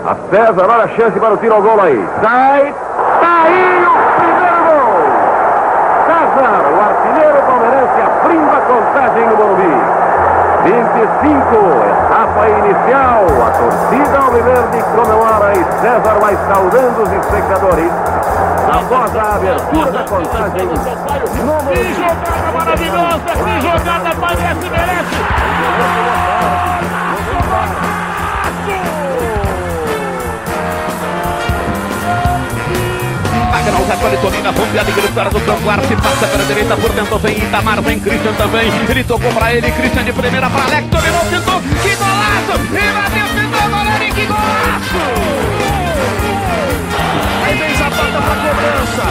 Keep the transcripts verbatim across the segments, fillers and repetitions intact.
A César, olha a chance para o tiro ao gol aí. Sai, tá aí o primeiro gol. César, o artilheiro palmeirense, abrindo a contagem no Morumbi. vinte e cinco, etapa inicial. A torcida alviverde comemora e César vai saudando os espectadores. Após a abertura da contagem no Morumbi. Que jogada maravilhosa, que jogada parece merece. Magrão recolhe Toninho, bombeada e gritada do campo, Arce passa pela direita, por dentro vem Itamar, vem Christian também, ele tocou pra ele, Christian de primeira pra Alex, dominou, tentou, que golaço, e bateu, tentou, goleiro, que golaço! Aí vem Zapata pra cobrança.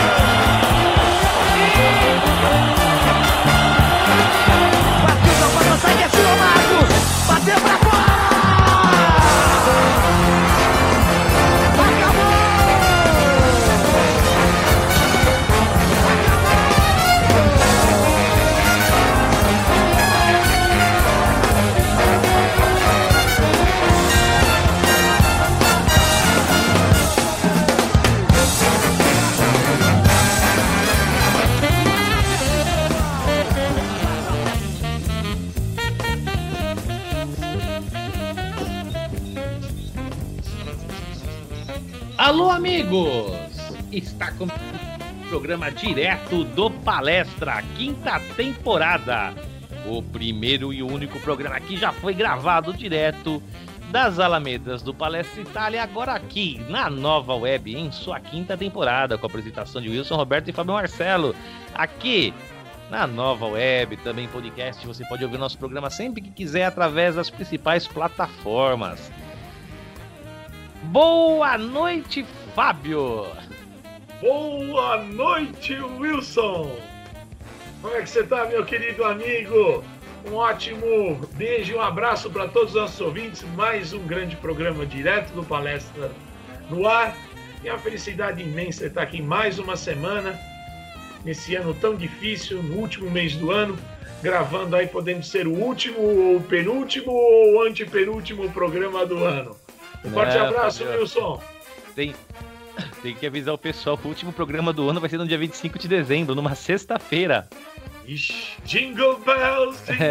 Bateu, Zapata, sai que é sua, Marcos, bateu pra fora! Alô, amigos! Está com o programa direto do Palestra, quinta temporada. O primeiro e único programa que já foi gravado direto das Alamedas do Palestra Itália, agora aqui na nova web, em sua quinta temporada, com a apresentação de Wilson Roberto e Fábio Marcelo. Aqui na nova web, também podcast, você pode ouvir nosso programa sempre que quiser através das principais plataformas. Boa noite, Fábio! Boa noite, Wilson! Como é que você tá, meu querido amigo? Um ótimo beijo, um abraço para todos os nossos ouvintes. Mais um grande programa direto do Palestra no ar. E é uma felicidade imensa estar aqui mais uma semana, nesse ano tão difícil, no último mês do ano, gravando aí, podendo ser o último, ou o penúltimo, ou o antepenúltimo programa do ano. Um forte Não, abraço, Fábio. Wilson. Tem, tem que avisar o pessoal que o último programa do ano vai ser no dia vinte e cinco de dezembro, numa sexta-feira. Ixi, jingle bells, jingle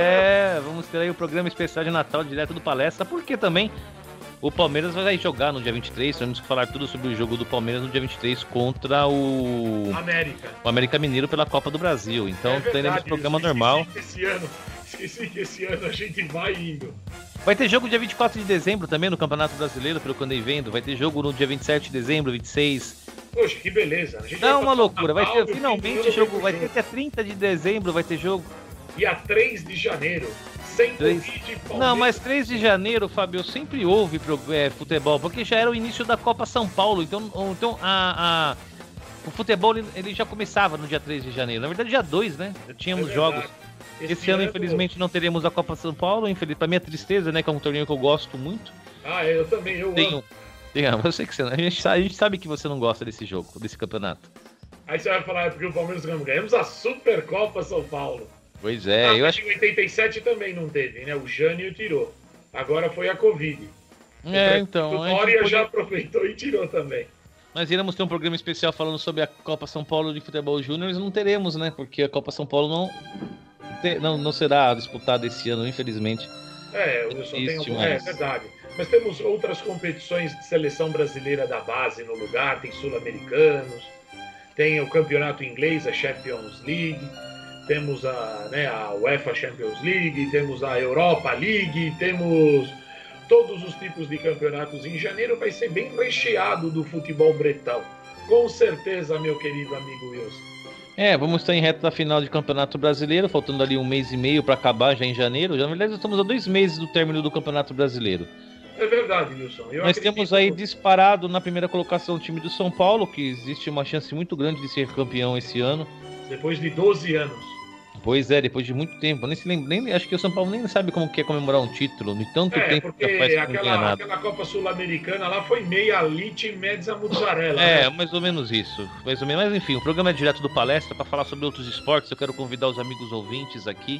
É, vamos ter aí o programa especial de Natal direto do Palestra, porque também o Palmeiras vai jogar no dia vinte e três, temos que falar tudo sobre o jogo do Palmeiras no dia vinte e três contra o América. o América Mineiro pela Copa do Brasil. Então É verdade, teremos programa esqueci normal. Que esse ano, esqueci que esse ano a gente vai indo. Vai ter jogo dia vinte e quatro de dezembro também no Campeonato Brasileiro, pelo que eu andei vendo. Vai ter jogo no dia vinte e sete de dezembro, vinte e seis. Poxa, que beleza. A gente Não, vai uma passar loucura. Vai Natal, ter e finalmente fim do jogo. ano Vai vem ter pro até trinta de dezembro, vai ter jogo. Dia três de janeiro, sem Três- Covid, Palmeiras. Não, mas três de janeiro, Fábio, sempre houve pro- é, futebol, porque já era o início da Copa São Paulo. Então, então a, a- o futebol ele, ele já começava no dia três de janeiro. Na verdade, dia dois, né? Já tínhamos É verdade. jogos. Esse ano, infelizmente, não teremos a Copa São Paulo. Infeliz... Pra minha tristeza, né? Que é um torneio que eu gosto muito. Ah, eu também, eu amo. Tenho. Tenho, eu sei que você não. A gente, sabe, a gente sabe que você não gosta desse jogo, desse campeonato. Aí você vai falar, é porque o Palmeiras ganhamos. Ganhamos a Supercopa São Paulo. Pois é, Ah, eu mas acho em oitenta e sete também não teve, né? O Jânio tirou. Agora foi a Covid. É, então. O a gente Dória pode- já aproveitou e tirou também. Nós iremos ter um programa especial falando sobre a Copa São Paulo de Futebol Júnior, não teremos, né? Porque a Copa São Paulo não, te- não, não será disputada esse ano, infelizmente. É, o Wilson tem Existe um... É mais. verdade. Mas temos outras competições de seleção brasileira da base no lugar, tem sul-americanos, tem o campeonato inglês, a Champions League, temos a, né, a UEFA Champions League, temos a Europa League, temos todos os tipos de campeonatos. Em janeiro vai ser bem recheado do futebol bretão. Com certeza, meu querido amigo Wilson. É, vamos estar em reta da final de Campeonato Brasileiro, faltando ali um mês e meio para acabar já em janeiro. Já, na verdade, estamos a dois meses do término do Campeonato Brasileiro. É verdade, Wilson. Eu Nós acredito- temos aí disparado na primeira colocação o time do São Paulo, que existe uma chance muito grande de ser campeão esse ano. Depois de doze anos. Pois é, depois de muito tempo. Nem se lembra, nem, acho que o São Paulo nem sabe como que é comemorar um título, de tanto É, tempo porque que faz que não ganha aquela, nada. aquela Copa Sul-Americana lá foi meia lite e mezza mozzarella. É, né? mais ou menos isso. Mais ou menos, mas enfim, o programa é direto do Palestra para falar sobre outros esportes. Eu quero convidar os amigos ouvintes aqui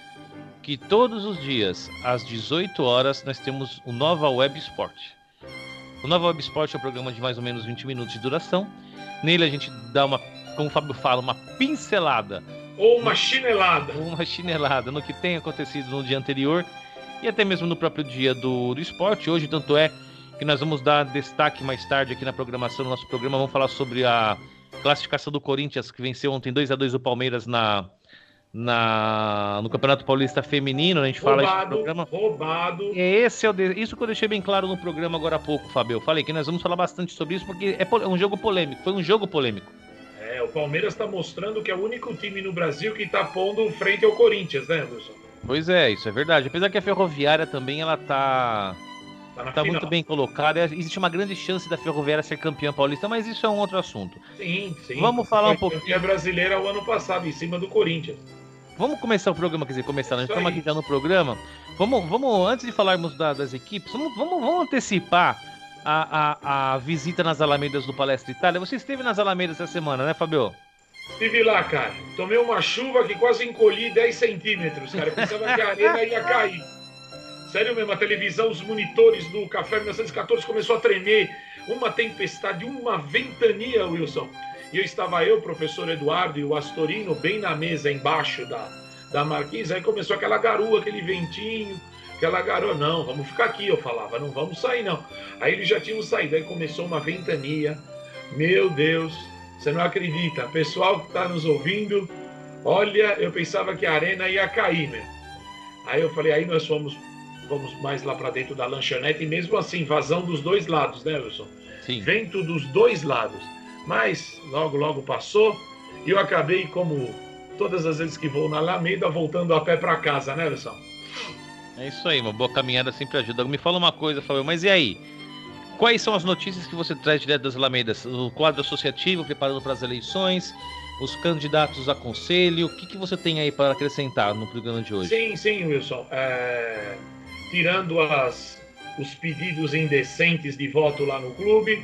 que todos os dias, às dezoito horas, nós temos o Nova Web Esporte. O Nova Web Esporte é um programa de mais ou menos vinte minutos de duração. Nele a gente dá uma, como o Fábio fala, uma pincelada. Ou uma chinelada. Ou uma chinelada no que tem acontecido no dia anterior e até mesmo no próprio dia do, do esporte. Hoje, tanto é que nós vamos dar destaque mais tarde aqui na programação do nosso programa. Vamos falar sobre a classificação do Corinthians, que venceu ontem dois a dois o Palmeiras na, na, no Campeonato Paulista Feminino. A gente fala roubado, isso no programa. Roubado. Esse é o de... Isso que eu deixei bem claro no programa agora há pouco, Fábio. Eu falei que nós vamos falar bastante sobre isso, porque é, pol... é um jogo polêmico. Foi um jogo polêmico. É, o Palmeiras está mostrando que é o único time no Brasil que está pondo frente ao Corinthians, né, Anderson? Pois é, isso é verdade. Apesar que a Ferroviária também, ela tá... Tá, tá muito bem colocada. Existe uma grande chance da Ferroviária ser campeã paulista, mas isso é um outro assunto. Sim, sim. Vamos falar um pouquinho. Campeã brasileira o ano passado, em cima do Corinthians. Vamos começar o programa, quer dizer, começar, nós estamos aqui já no programa. Vamos, vamos antes de falarmos da, das equipes, vamos, vamos, vamos antecipar a, a, a visita nas Alamedas do Palestra Itália. Você esteve nas Alamedas essa semana, né, Fabio? Estive lá, cara. Tomei uma chuva que quase encolhi dez centímetros, cara. Eu pensava que a arena ia cair. Sério mesmo, a televisão, os monitores do Café mil novecentos e quatorze começou a tremer. Uma tempestade, uma ventania, Wilson. E eu estava eu, o professor Eduardo e o Astorino bem na mesa embaixo da, da marquise. Aí começou aquela garoa, aquele ventinho, aquela garoa. Não, vamos ficar aqui, eu falava. Não vamos sair, não. Aí eles já tinham saído. Aí começou uma ventania. Meu Deus, você não acredita. Pessoal que está nos ouvindo, olha, eu pensava que a arena ia cair, né? Aí eu falei, aí nós fomos... Vamos mais lá para dentro da lanchonete, e mesmo assim, vazão dos dois lados, né, Wilson? Sim. Vento dos dois lados. Mas logo, logo passou, e eu acabei, como todas as vezes que vou na Alameda, voltando a pé para casa, né, Wilson? É isso aí, uma boa caminhada sempre ajuda. Me fala uma coisa, Fábio, mas e aí? Quais são as notícias que você traz direto das Alamedas? O quadro associativo preparado para as eleições, os candidatos a conselho, o que, que você tem aí para acrescentar no programa de hoje? Sim, sim, Wilson. É... Tirando as, os pedidos indecentes de voto lá no clube.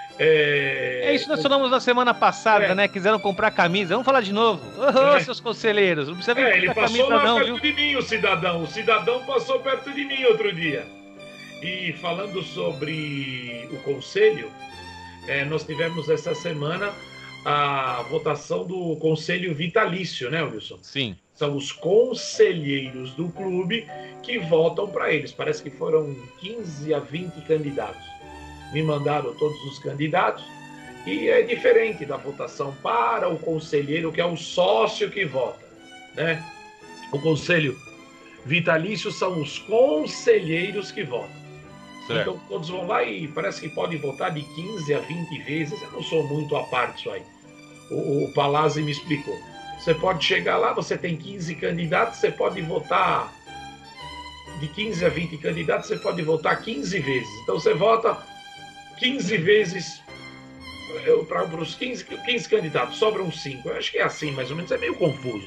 É, é isso, nós falamos na semana passada, é. né? Quiseram comprar camisa. Vamos falar de novo. Ô, oh, é. seus conselheiros, não precisa vir é, comprar ele passou camisa, lá não, perto viu? de mim, o cidadão. O cidadão passou perto de mim outro dia. E falando sobre o conselho, é, nós tivemos essa semana a votação do conselho vitalício, né, Wilson? Sim. São os conselheiros do clube que votam para eles. Parece que foram quinze a vinte candidatos. Me mandaram todos os candidatos e é diferente da votação para o conselheiro, que é o sócio que vota, né? O conselho vitalício são os conselheiros que votam. Certo. Então todos vão lá e parece que podem votar de quinze a vinte vezes. Eu não sou muito a par disso aí. O, o Palazzi me explicou. Você pode chegar lá, você tem quinze candidatos, você pode votar de quinze a vinte candidatos, você pode votar quinze vezes. Então você vota quinze vezes para os quinze, quinze candidatos, sobram cinco. Eu acho que é assim, mais ou menos, é meio confuso.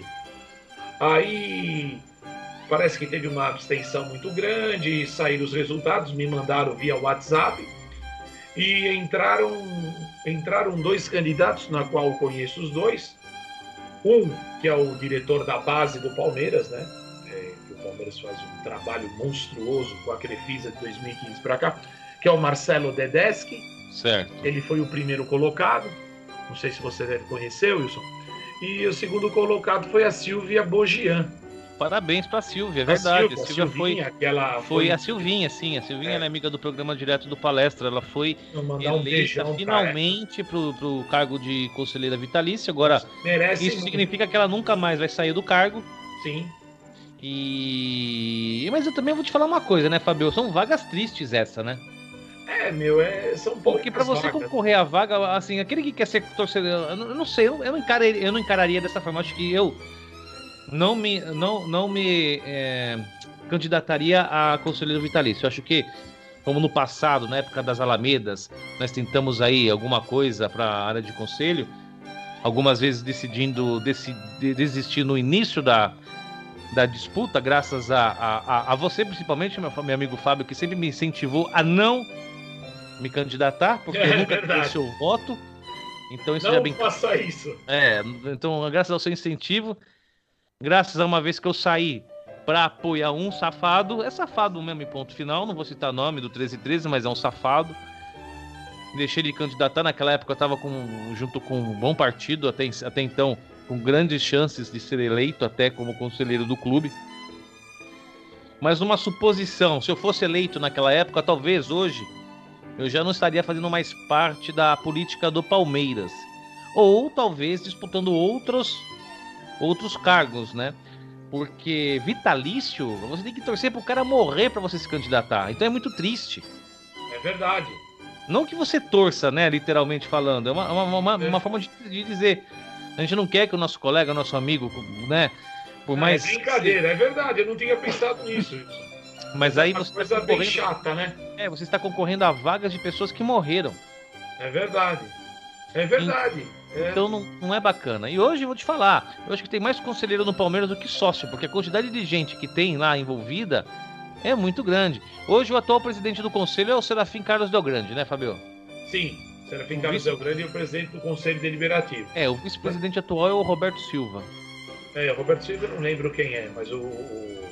Aí parece que teve uma abstenção muito grande, saíram os resultados, me mandaram via WhatsApp e entraram, entraram dois candidatos, na qual eu conheço os dois. Um, que é o diretor da base do Palmeiras, né? É, que o Palmeiras faz um trabalho monstruoso com a Crefisa de dois mil e quinze para cá, que é o Marcelo Dedeschi. Certo. Ele foi o primeiro colocado, não sei se você deve conhecer, Wilson. E o segundo colocado foi a Silvia Bogian. Parabéns para a Silvia, é verdade. A Silvia, a Silvia foi, aquela foi, foi a Silvinha, sim. A Silvinha é. Ela é amiga do programa direto do Palestra. Ela foi eleita um finalmente para o cargo de conselheira vitalícia. Agora, merece isso muito. Significa que ela nunca mais vai sair do cargo. Sim. E mas eu também vou te falar uma coisa, né, Fabio? São vagas tristes essa, né? É, meu, é, são poucas. Porque para você vagas. concorrer à vaga, assim, aquele que quer ser torcedor, eu não, eu não sei, eu não, encararia, eu não encararia dessa forma. Acho que eu não me, não, não me é, candidataria a conselheiro vitalício. Eu acho que, como no passado, na época das Alamedas, nós tentamos aí alguma coisa para a área de conselho, algumas vezes decidindo decidi, desistir no início da, da disputa, graças a, a, a você, principalmente, meu, meu amigo Fábio, que sempre me incentivou a não me candidatar, porque é, eu nunca verdade. tive seu voto. Então isso não já bem... faça isso. É, então, graças ao seu incentivo, graças a uma vez que eu saí para apoiar um safado, é safado mesmo em ponto final, não vou citar nome do treze treze, mas é um safado. deixei de candidatar. Naquela época eu estava junto com um bom partido, até, até então, com grandes chances de ser eleito até como conselheiro do clube. Mas uma suposição, se eu fosse eleito naquela época, talvez hoje eu já não estaria fazendo mais parte da política do Palmeiras. Ou talvez disputando outros, outros cargos, né? Porque vitalício, você tem que torcer pro cara morrer para você se candidatar. Então é muito triste. É verdade. Não que você torça, né, literalmente falando. É uma, uma, uma, uma forma de, de dizer. A gente não quer que o nosso colega, nosso amigo, né, por mais... É brincadeira, é verdade. Eu não tinha pensado nisso. Mas aí é uma você coisa está bem concorrendo... chata, né? É, você está concorrendo a vagas de pessoas que morreram. É verdade. É verdade. Então não, não é bacana. E hoje eu vou te falar, eu acho que tem mais conselheiro no Palmeiras do que sócio, porque a quantidade de gente que tem lá envolvida é muito grande. Hoje o atual presidente do conselho é o Serafim Carlos Delgrande, né, Fabio? Sim, Serafim Carlos vice... Delgrande é o presidente do Conselho Deliberativo. É, o vice-presidente atual é o Roberto Silva. É, o Roberto Silva eu não lembro quem é, mas o, o,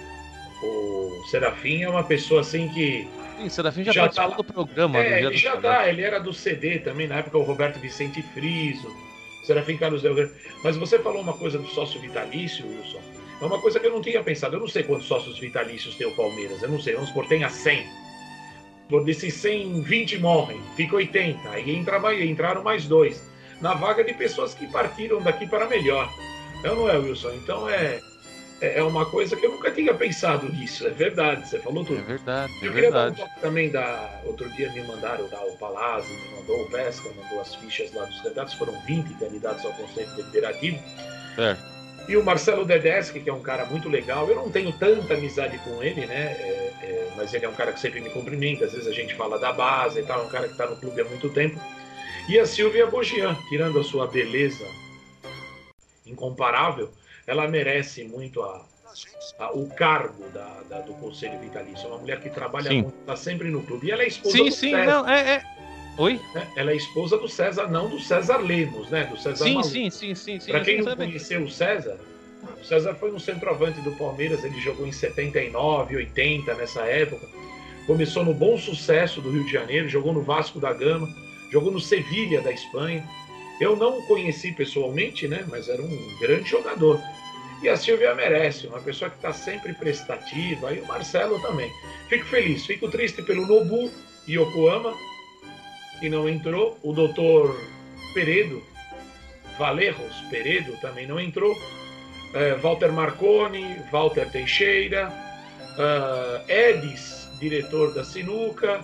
o Serafim é uma pessoa assim que... Sim, o Serafim já, já participou tá... do programa. É, do ele já tá, ele era do C D também, na época o Roberto Vicente Friso, Serafim Carlos Delgrande. Mas você falou uma coisa do sócio vitalício, Wilson, é uma coisa que eu não tinha pensado. Eu não sei quantos sócios vitalícios tem o Palmeiras, eu não sei, vamos supor, tenha cem. Por desses cem, vinte morrem, fica oitenta, aí entra, entraram mais dois, na vaga de pessoas que partiram daqui para melhor. Não, não é, Wilson? Então é... É uma coisa que eu nunca tinha pensado nisso, é verdade, você falou tudo. É verdade, é eu queria verdade. dar um toque também da... Outro dia me mandaram, da, o Palazzi me mandou, o Pesca mandou as fichas lá dos candidatos, foram vinte candidatos ao Conselho Deliberativo. É. E o Marcelo Dedeschi, que é um cara muito legal, eu não tenho tanta amizade com ele, né, é, é, mas ele é um cara que sempre me cumprimenta, às vezes a gente fala da base e tal, é um cara que está no clube há muito tempo. E a Silvia Bogian, tirando a sua beleza incomparável, ela merece muito a, a, o cargo da, da, do Conselho Vitalício. É uma mulher que trabalha sim. muito, está sempre no clube. E ela é esposa sim, do sim, César. Não, é, é... Oi? Né? Ela é esposa do César, não do César Lemos, né? Do César sim, Maluco. sim, sim, sim, sim. Para quem não conheceu o César, o César foi um centroavante do Palmeiras, ele jogou em setenta e nove, oitenta, nessa época. Começou no Bom Sucesso do Rio de Janeiro, jogou no Vasco da Gama, jogou no Sevilha da Espanha. Eu não o conheci pessoalmente, né? Mas era um grande jogador. E a Silvia merece, uma pessoa que está sempre prestativa, e o Marcelo também. Fico feliz, fico triste pelo Nobu Yokohama, que não entrou, o doutor Peredo, Valerros Peredo também não entrou, é, Walter Marconi, Walter Teixeira, uh, Edis, diretor da Sinuca,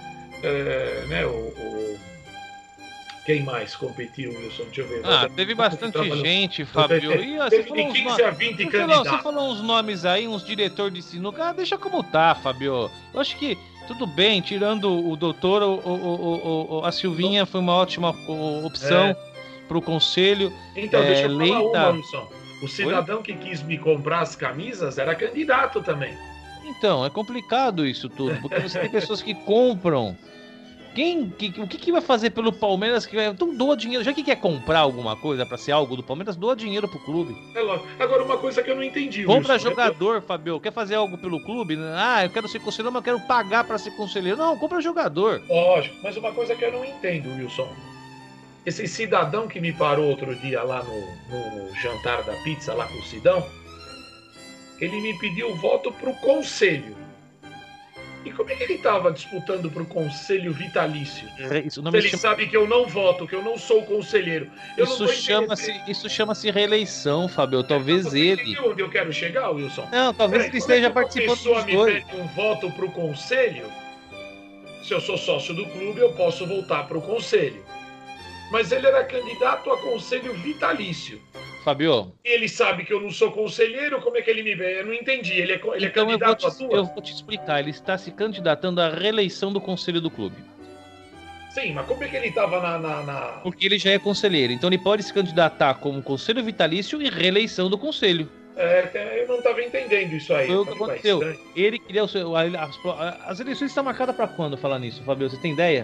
é, né, o... o Quem mais competiu, Wilson? Deixa eu ver. Ah, teve bastante gente, Fábio. Teve, e, ó, teve você falou de quinze uns a vinte você candidatos. Falou, você falou uns nomes aí, uns diretores de sinuca. Ah, deixa como tá, Fábio. Eu acho que tudo bem, tirando o doutor, o, o, o, a Silvinha foi uma ótima opção é. para o conselho. Então, é, deixa eu Leita... falar uma, Wilson. O cidadão Oi? que quis me comprar as camisas era candidato também. Então, é complicado isso tudo, porque você tem pessoas que compram. Quem, que, o que, que vai fazer pelo Palmeiras? Que vai, então doa dinheiro. Já que quer comprar alguma coisa para ser algo do Palmeiras, doa dinheiro pro clube. É lógico. Agora, uma coisa que eu não entendi. Compra Wilson, jogador, eu... Fabio. Quer fazer algo pelo clube? Ah, eu quero ser conselheiro, mas eu quero pagar para ser conselheiro. Não, compra jogador. Lógico, mas uma coisa que eu não entendo, Wilson. Esse cidadão que me parou outro dia lá no, no, no jantar da pizza, lá com o Sidão, ele me pediu voto pro conselho. E como é que ele estava disputando para o Conselho Vitalício? Isso não me ele chama... sabe que eu não voto, que eu não sou conselheiro. Eu isso chama-se isso chama-se reeleição, Fábio. Talvez você ele. Onde eu quero chegar, Wilson? Não, talvez Peraí, ele esteja é participando dos dois. Se uma pessoa me pede um voto para o Conselho, se eu sou sócio do clube, eu posso voltar para o Conselho. Mas ele era candidato a Conselho Vitalício. Fabio. Ele sabe que eu não sou conselheiro, como é que ele me vê? Eu não entendi. Ele é, ele então é candidato eu vou te, a tua? Eu vou te explicar. Ele está se candidatando à reeleição do conselho do clube. Sim, mas como é que ele estava na, na, na... Porque ele já é conselheiro. Então ele pode se candidatar como conselho vitalício e reeleição do conselho. É, eu não estava entendendo isso aí. Foi o que aconteceu. Ele queria o seu... As, as eleições estão marcadas para quando falar nisso, Fabio? Você tem ideia?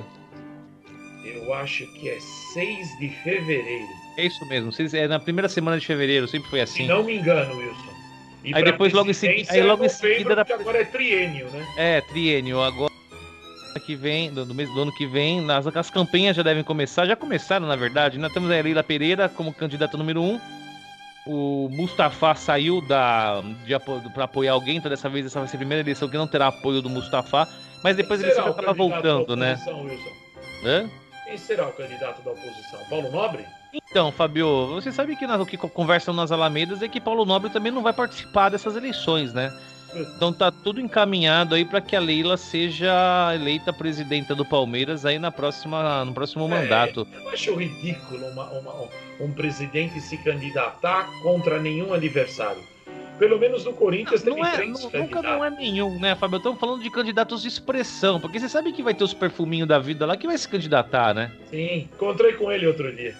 Eu acho que é seis de fevereiro. É isso mesmo, é na primeira semana de fevereiro, sempre foi assim. Se não me engano, Wilson. E aí depois logo em seguida, aí logo em seguida agora é triênio, né? É, triênio, agora que vem, do, do mês do ano que vem, nas, as campanhas já devem começar, já começaram na verdade. Nós temos a Leila Pereira como candidata número um. O Mustafa saiu da, para apoiar alguém, então dessa vez essa vai ser a primeira eleição que não terá apoio do Mustafa, mas depois ele sempre acaba voltando, né? Wilson? Hã? Quem será o candidato da oposição? Paulo Nobre? Então, Fabio, você sabe que o que conversam nas Alamedas é que Paulo Nobre também não vai participar dessas eleições, né? Então tá tudo encaminhado aí para que a Leila seja eleita presidenta do Palmeiras aí na próxima, no próximo é, mandato. Eu acho ridículo uma, uma, um presidente se candidatar contra nenhum adversário. Pelo menos no Corinthians não, teve não é, três não, candidatos. Nunca não é nenhum, né, Fábio? Estamos falando de candidatos de expressão, porque você sabe que vai ter os perfuminhos da vida lá que vai se candidatar, né? Sim, encontrei com ele outro dia.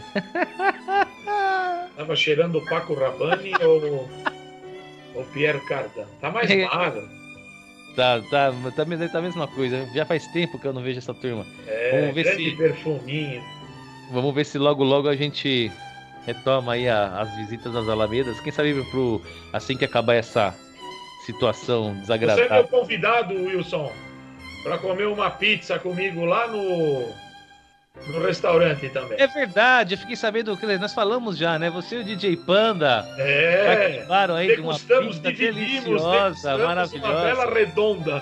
Tava cheirando o Paco Rabanne ou o Pierre Cardin. Tá mais magro. Tá, tá, tá, tá a mesma coisa. Já faz tempo que eu não vejo essa turma. É, Vamos ver grande se... perfuminho. Vamos ver se logo, logo a gente retoma aí a, as visitas às Alamedas. Quem sabe pro, assim que acabar essa situação desagradável. Você é meu convidado, Wilson, para comer uma pizza comigo lá no, no restaurante também. É verdade, eu fiquei sabendo que nós falamos já, né? Você e o D J Panda é, participaram aí de uma pizza deliciosa, maravilhosa. Uma bela redonda.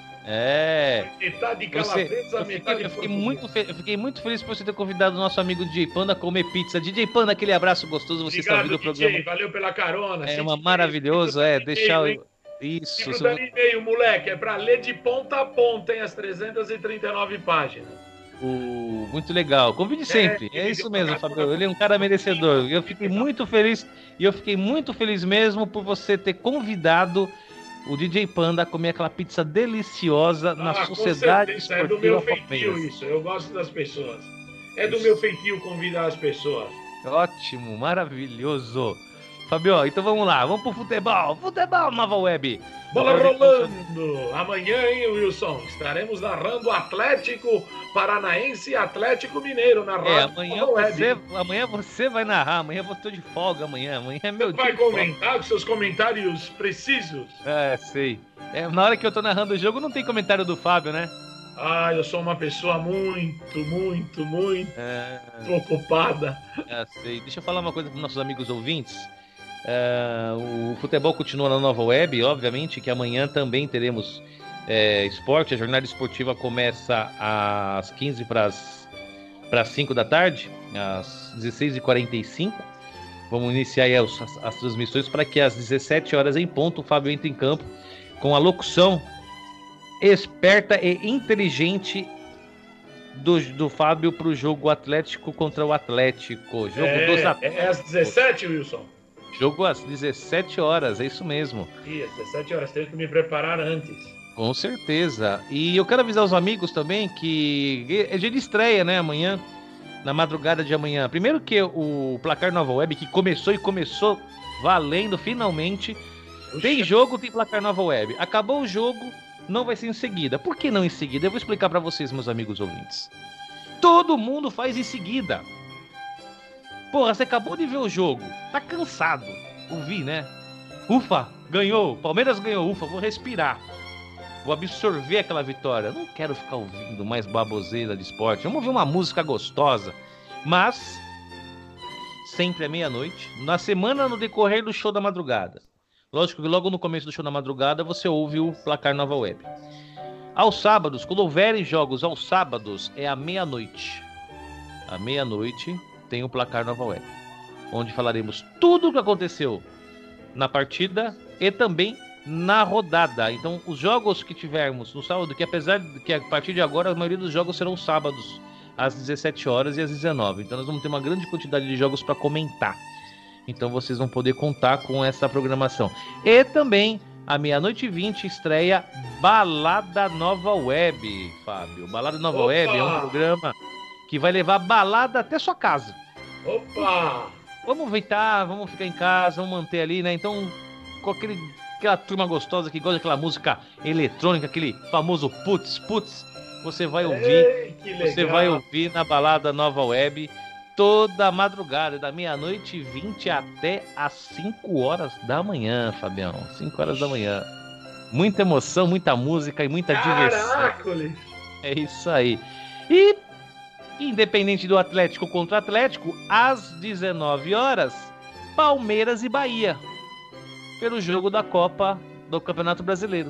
É. Metade de calabresa, você, eu metade fiquei, eu fiquei muito fe... Eu fiquei muito feliz por você ter convidado o nosso amigo D J Panda a comer pizza. D J Panda, aquele abraço gostoso, você Obrigado, está ouvindo o programa. D J, valeu pela carona. É uma maravilhoso, é, deixar o... Isso. Fico dando e-mail, moleque, é pra ler de ponta a ponta, hein, as trezentas e trinta e nove páginas. Uh, muito legal. Convide sempre. É, é isso mesmo, Fabio. Ele é um cara merecedor. Eu fiquei muito feliz e eu fiquei muito feliz mesmo por você ter convidado o D J Panda a comer aquela pizza deliciosa ah, na Sociedade Esportiva É do meu feitio isso. Eu gosto das pessoas. É do meu feitio convidar as pessoas. Ótimo, maravilhoso. Fabio, então vamos lá, vamos pro futebol. Futebol, Nova Web. Bola rolando. Amanhã, hein, Wilson? Estaremos narrando Atlético Paranaense e Atlético Mineiro na rádio. É, amanhã você, amanhã você vai narrar. Amanhã eu tô de folga. Amanhã, amanhã é meu você dia. Vai comentar com seus comentários precisos? É, sei. É, na hora que eu tô narrando o jogo, não tem comentário do Fábio, né? Ah, eu sou uma pessoa muito, muito, muito é... ocupada. É, sei. Deixa eu falar uma coisa para os nossos amigos ouvintes. É, o futebol continua na Nova Web, obviamente que amanhã também teremos é, esporte. A jornada esportiva começa às quinze para as cinco da tarde, às dezesseis e quarenta e cinco. Vamos iniciar aí as, as, as transmissões para que às dezessete horas em ponto o Fábio entre em campo com a locução esperta e inteligente do, do Fábio para o jogo Atlético contra o Atlético. Jogo é, dos Atléticos. É às dezessete, Wilson? Jogo às dezessete horas, é isso mesmo. Sim, às dezessete horas, tenho que me preparar antes. Com certeza. E eu quero avisar os amigos também que é dia de estreia, né, amanhã, na madrugada de amanhã. Primeiro que o Placar Nova Web, que começou e começou valendo finalmente. Puxa. Tem jogo, tem Placar Nova Web. Acabou o jogo, não vai ser em seguida. Por que não em seguida? Eu vou explicar para vocês, meus amigos ouvintes. Todo mundo faz em seguida. Porra, você acabou de ver o jogo, tá cansado, ouvi, né? Ufa, ganhou, Palmeiras ganhou, ufa, vou respirar. Vou absorver aquela vitória. Não quero ficar ouvindo mais baboseira de esporte. Vamos ouvir uma música gostosa. Mas, sempre à meia-noite, na semana no decorrer do show da madrugada. Lógico que logo no começo do show da madrugada você ouve o Placar Nova Web. Aos sábados, quando houverem jogos aos sábados, é à meia-noite. À meia-noite tem o Placar Nova Web, onde falaremos tudo o que aconteceu na partida e também na rodada. Então, os jogos que tivermos no sábado, que apesar de que a partir de agora a maioria dos jogos serão sábados, às dezessete horas e às dezenove. Então, nós vamos ter uma grande quantidade de jogos para comentar. Então, vocês vão poder contar com essa programação. E também, à meia-noite e vinte, estreia Balada Nova Web, Fábio. Balada Nova Opa! Web é um programa que vai levar balada até sua casa. Opa! Vamos aproveitar, vamos ficar em casa, vamos manter ali, né? Então, com aquele, aquela turma gostosa que gosta daquela música eletrônica, aquele famoso putz, putz, você vai ouvir, Ei, você vai ouvir na Balada Nova Web toda a madrugada, da meia-noite e vinte até às cinco horas da manhã, Fabião. cinco horas da manhã. Muita emoção, muita música e muita diversão. Caracoles! É isso aí. E, independente do Atlético contra Atlético, às dezenove horas, Palmeiras e Bahia, pelo jogo da Copa do Campeonato Brasileiro.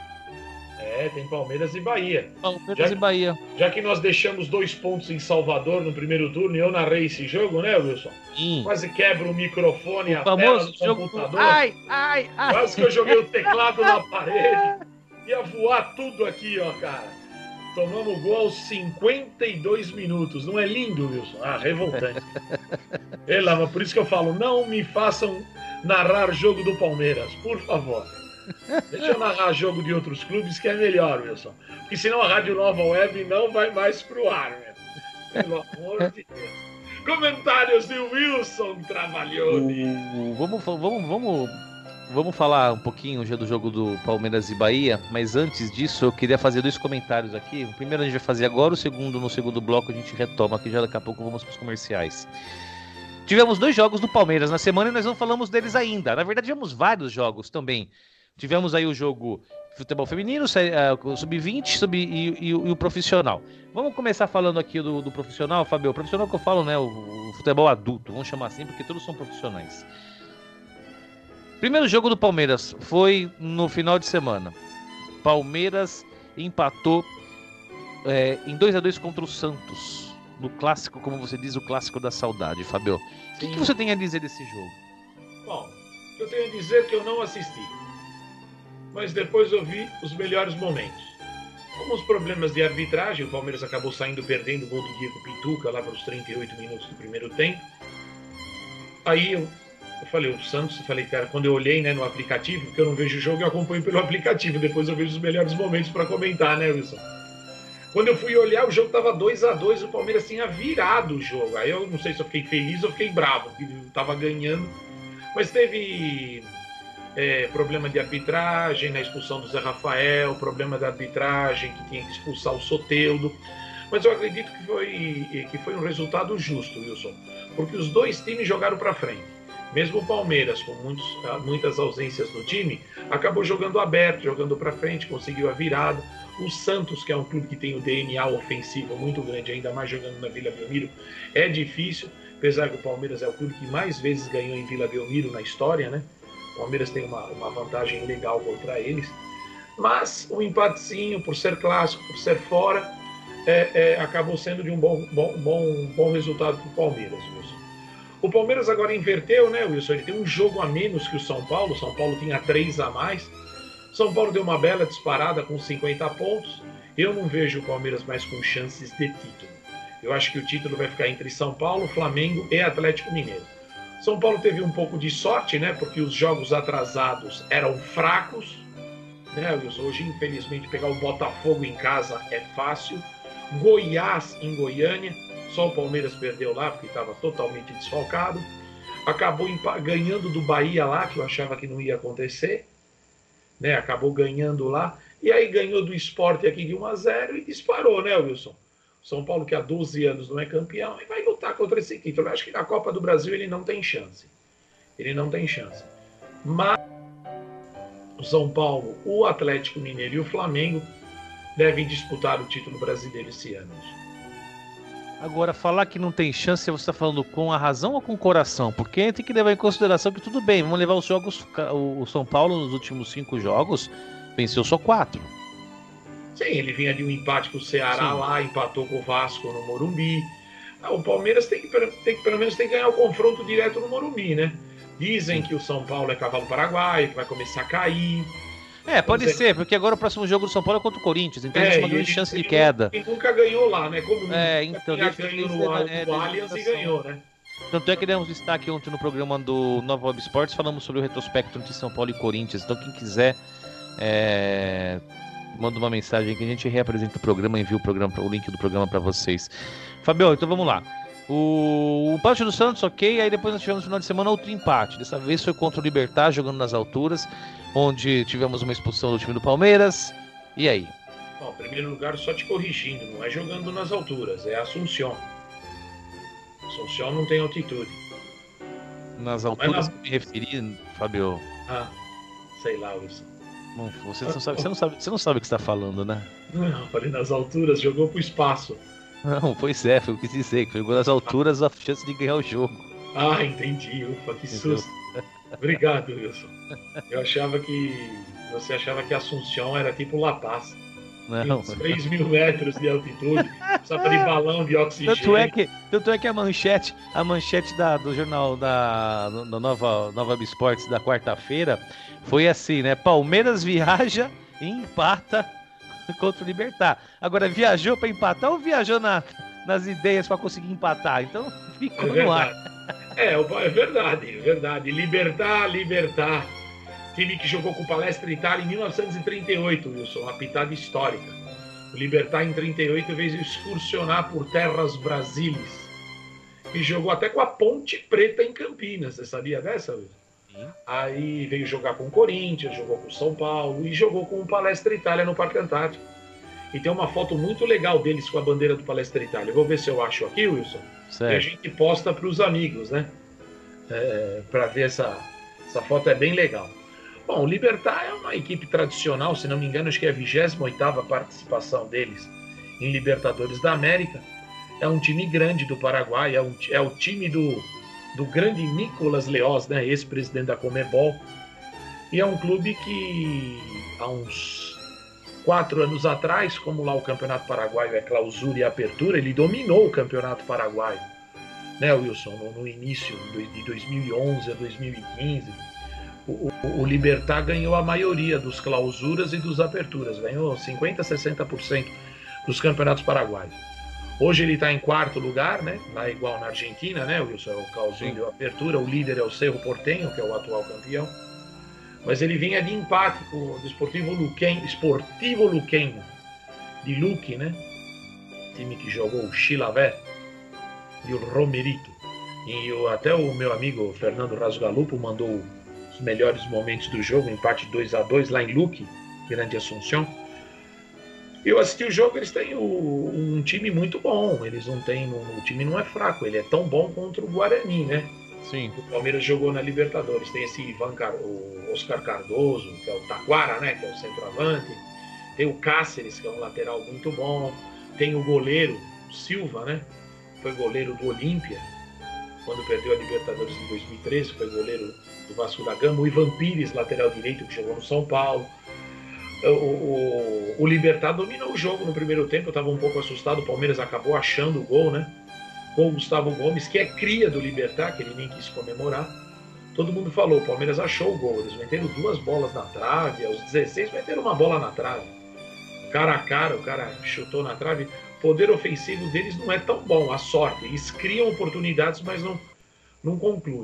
É, tem Palmeiras e Bahia. Palmeiras já, e Bahia. Já que nós deixamos dois pontos em Salvador no primeiro turno e eu narrei esse jogo, né, Wilson? Sim. Quase quebro o microfone e a famoso tela do jogo computador. Do... Ai, ai, ai. Quase que eu joguei o teclado na parede. Ia voar tudo aqui, ó, cara. Tomamos gol aos cinquenta e dois minutos. Não é lindo, Wilson? Ah, revoltante. Ela, mas por isso que eu falo, não me façam narrar jogo do Palmeiras, por favor. Deixa eu narrar jogo de outros clubes que é melhor, Wilson. Porque senão a Rádio Nova Web não vai mais pro ar, meu. Pelo amor de Deus. Comentários de Wilson Trabalhoni. Uh, vamos, vamos, vamos, vamos falar um pouquinho já do jogo do Palmeiras e Bahia, mas antes disso eu queria fazer dois comentários aqui. O primeiro a gente vai fazer agora, o segundo no segundo bloco a gente retoma, que já daqui a pouco vamos para os comerciais. Tivemos dois jogos do Palmeiras na semana e nós não falamos deles ainda. Na verdade, tivemos vários jogos também. Tivemos aí o jogo futebol feminino, o sub vinte sub, e, e, e o profissional. Vamos começar falando aqui do, do profissional, Fabio. O profissional que eu falo, né? O, o futebol adulto, vamos chamar assim, porque todos são profissionais. Primeiro jogo do Palmeiras foi no final de semana. Palmeiras empatou é, em dois a dois contra o Santos. No clássico, como você diz, o clássico da saudade, Fabio. O que, que você tem a dizer desse jogo? Bom, eu tenho a dizer que eu não assisti. Mas depois eu vi os melhores momentos. Alguns problemas de arbitragem, o Palmeiras acabou saindo perdendo o gol do Diego Pituca lá para os trinta e oito minutos do primeiro tempo. Aí eu, eu falei, o Santos, eu falei, cara, quando eu olhei, né, no aplicativo, porque eu não vejo o jogo, eu acompanho pelo aplicativo, depois eu vejo os melhores momentos para comentar, né, Wilson? Quando eu fui olhar, o jogo estava dois a dois, o Palmeiras tinha virado o jogo. Aí eu não sei se eu fiquei feliz ou fiquei bravo, porque estava ganhando. Mas teve... É, problema de arbitragem na expulsão do Zé Rafael, problema da arbitragem que tinha que expulsar o Soteldo, mas eu acredito que foi, que foi um resultado justo, Wilson, porque os dois times jogaram para frente. Mesmo o Palmeiras, com muitos, muitas ausências no time, acabou jogando aberto, jogando para frente, conseguiu a virada. O Santos, que é um clube que tem o D N A ofensivo muito grande, ainda mais jogando na Vila Belmiro, é difícil, apesar que o Palmeiras é o clube que mais vezes ganhou em Vila Belmiro na história, né? O Palmeiras tem uma, uma vantagem legal contra eles. Mas o um empatezinho, por ser clássico, por ser fora, é, é, acabou sendo de um bom, bom, bom, bom resultado para o Palmeiras, Wilson. O Palmeiras agora inverteu, né, Wilson? Ele tem um jogo a menos que o São Paulo. O São Paulo tinha três a mais. São Paulo deu uma bela disparada com cinquenta pontos. Eu não vejo o Palmeiras mais com chances de título. Eu acho que o título vai ficar entre São Paulo, Flamengo e Atlético Mineiro. São Paulo teve um pouco de sorte, né? Porque os jogos atrasados eram fracos, né, Wilson? Hoje, infelizmente, pegar o Botafogo em casa é fácil. Goiás em Goiânia, só o Palmeiras perdeu lá, porque estava totalmente desfalcado. Acabou ganhando do Bahia lá, que eu achava que não ia acontecer, né? Acabou ganhando lá. E aí ganhou do Sport aqui de um a zero e disparou, né, Wilson? São Paulo, que há doze anos não é campeão, e vai lutar contra esse título. Eu acho que na Copa do Brasil ele não tem chance. Ele não tem chance. Mas o São Paulo, o Atlético Mineiro e o Flamengo devem disputar o título brasileiro esse ano. Agora, falar que não tem chance, você está falando com a razão ou com o coração? Porque tem que levar em consideração que tudo bem, vamos levar os jogos. O São Paulo, nos últimos cinco jogos, venceu só quatro. Sim, ele vinha de um empate com o Ceará. Sim. Lá, empatou com o Vasco no Morumbi. Ah, o Palmeiras tem que, tem que, pelo menos, tem que ganhar o confronto direto no Morumbi, né? Dizem que o São Paulo é cavalo paraguaio, que vai começar a cair. É, pode dizer... ser, porque agora o próximo jogo do São Paulo é contra o Corinthians, então é, existe uma grande ele, chance ele de queda. Ele nunca ganhou lá, né? Como é, então, já ganhou no, no, é, no Allianz e ganhou, né? Tanto é que demos destaque ontem no programa do Nova Web Sports, falamos sobre o retrospecto entre São Paulo e Corinthians. Então, quem quiser, é... manda uma mensagem que a gente reapresenta o programa, envia o, programa, o link do programa para vocês. Fabio, então vamos lá. O, o empate do Santos, ok, aí depois nós tivemos no final de semana outro empate. Dessa vez foi contra o Libertad, jogando nas alturas, onde tivemos uma expulsão do time do Palmeiras. E aí? Bom, em primeiro lugar, só te corrigindo, não é jogando nas alturas, é Assunção. Assunção não tem altitude. Nas alturas na... que me referi, Fabio. Ah, sei lá, Wilson. Bom, você não sabe, você não sabe, você não sabe o que você está falando, né? Não, falei nas alturas, jogou pro espaço. Não, pois é, foi o que eu quis dizer, que jogou nas alturas a chance de ganhar o jogo. Ah, entendi. Ufa, que Entendeu? susto. Obrigado, Wilson. Eu achava que. Você achava que Assunção era tipo La Paz. Não. Uns três mil metros de altitude, precisava de balão de oxigênio. Tanto é que, tanto é que a manchete, a manchete da, do jornal da, da Nova, Nova Esportes da quarta-feira foi assim, né? Palmeiras viaja e empata contra o Libertad. Agora, viajou para empatar ou viajou na, nas ideias para conseguir empatar? Então, ficou É no ar. verdade. É, é verdade, é verdade. Libertar, libertar. Time que jogou com o Palestra Itália em mil novecentos e trinta e oito, Wilson, uma pitada histórica. O Libertar em trinta e oito veio excursionar por terras brasileiras e jogou até com a Ponte Preta em Campinas. Você sabia dessa, Wilson? Sim. Aí veio jogar com o Corinthians, jogou com o São Paulo e jogou com o Palestra Itália no Parque Antártico. E tem uma foto muito legal deles com a bandeira do Palestra Itália. Eu vou ver se eu acho aqui, Wilson. Certo. E a gente posta para os amigos, né? É, para ver essa, essa foto, é bem legal. Bom, o Libertad é uma equipe tradicional, se não me engano, acho que é a vigésima oitava participação deles em Libertadores da América. É um time grande do Paraguai, é, um, é o time do, do grande Nicolas Leoz, né, ex-presidente da Conmebol. E é um clube que há uns quatro anos atrás, como lá o Campeonato Paraguaio é clausura e apertura, ele dominou o Campeonato Paraguaio, né, Wilson, no, no início de dois mil e onze a dois mil e quinze. O, o, o Libertad ganhou a maioria dos clausuras e dos aperturas, ganhou cinquenta, sessenta por cento dos campeonatos paraguaios. Hoje ele está em quarto lugar, né? Lá igual na Argentina, né, Wilson? É o clausura e a apertura, o líder é o Cerro Porteño, que é o atual campeão. Mas ele vinha de empate com o Sportivo Luqueño, Sportivo Luqueño, de Luque, né? Time que jogou o Chilaver e o Romerito. E o, até o meu amigo Fernando Rasgalupo mandou os melhores momentos do jogo, empate dois a dois lá em Luque, Grande Assunção. Eu assisti o jogo, eles têm o, um time muito bom, eles não têm, o time não é fraco, ele é tão bom contra o Guarani, né? Sim. O Palmeiras jogou na Libertadores, tem esse Ivan Car... o Oscar Cardoso, que é o Taquara, né? Que é o centroavante, tem o Cáceres, que é um lateral muito bom, tem o goleiro Silva, né? Foi goleiro do Olímpia, quando perdeu a Libertadores em dois mil e treze, foi goleiro do Vasco da Gama. O Ivan Pires, lateral direito, que jogou no São Paulo. O, o, o Libertad dominou o jogo no primeiro tempo, eu estava um pouco assustado, o Palmeiras acabou achando o gol, né? Com o Gustavo Gomes, que é cria do Libertad, que ele nem quis comemorar. Todo mundo falou, o Palmeiras achou o gol, eles meteram duas bolas na trave, aos dezesseis meteram uma bola na trave. Cara a cara, o cara chutou na trave. O poder ofensivo deles não é tão bom, a sorte. Eles criam oportunidades, mas não, não concluem.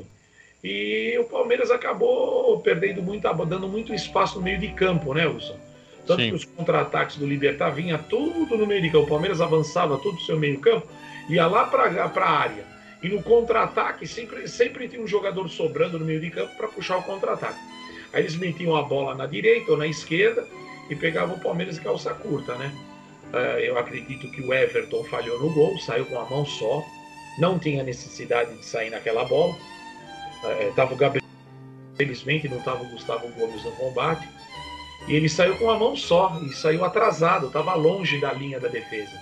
E o Palmeiras acabou perdendo muito, dando muito espaço no meio de campo, né, Wilson? Tanto Sim. que os contra-ataques do Libertad vinha tudo no meio de campo. O Palmeiras avançava todo o seu meio campo, ia lá para a área. E no contra-ataque sempre, sempre tinha um jogador sobrando no meio de campo para puxar o contra-ataque. Aí eles metiam a bola na direita ou na esquerda e pegavam o Palmeiras de calça curta, né? Eu acredito que o Everton falhou no gol, saiu com a mão só, não tinha necessidade de sair naquela bola. Estava o Gabriel, felizmente não estava o Gustavo Gomes no combate, e ele saiu com a mão só, e saiu atrasado, estava longe da linha da defesa.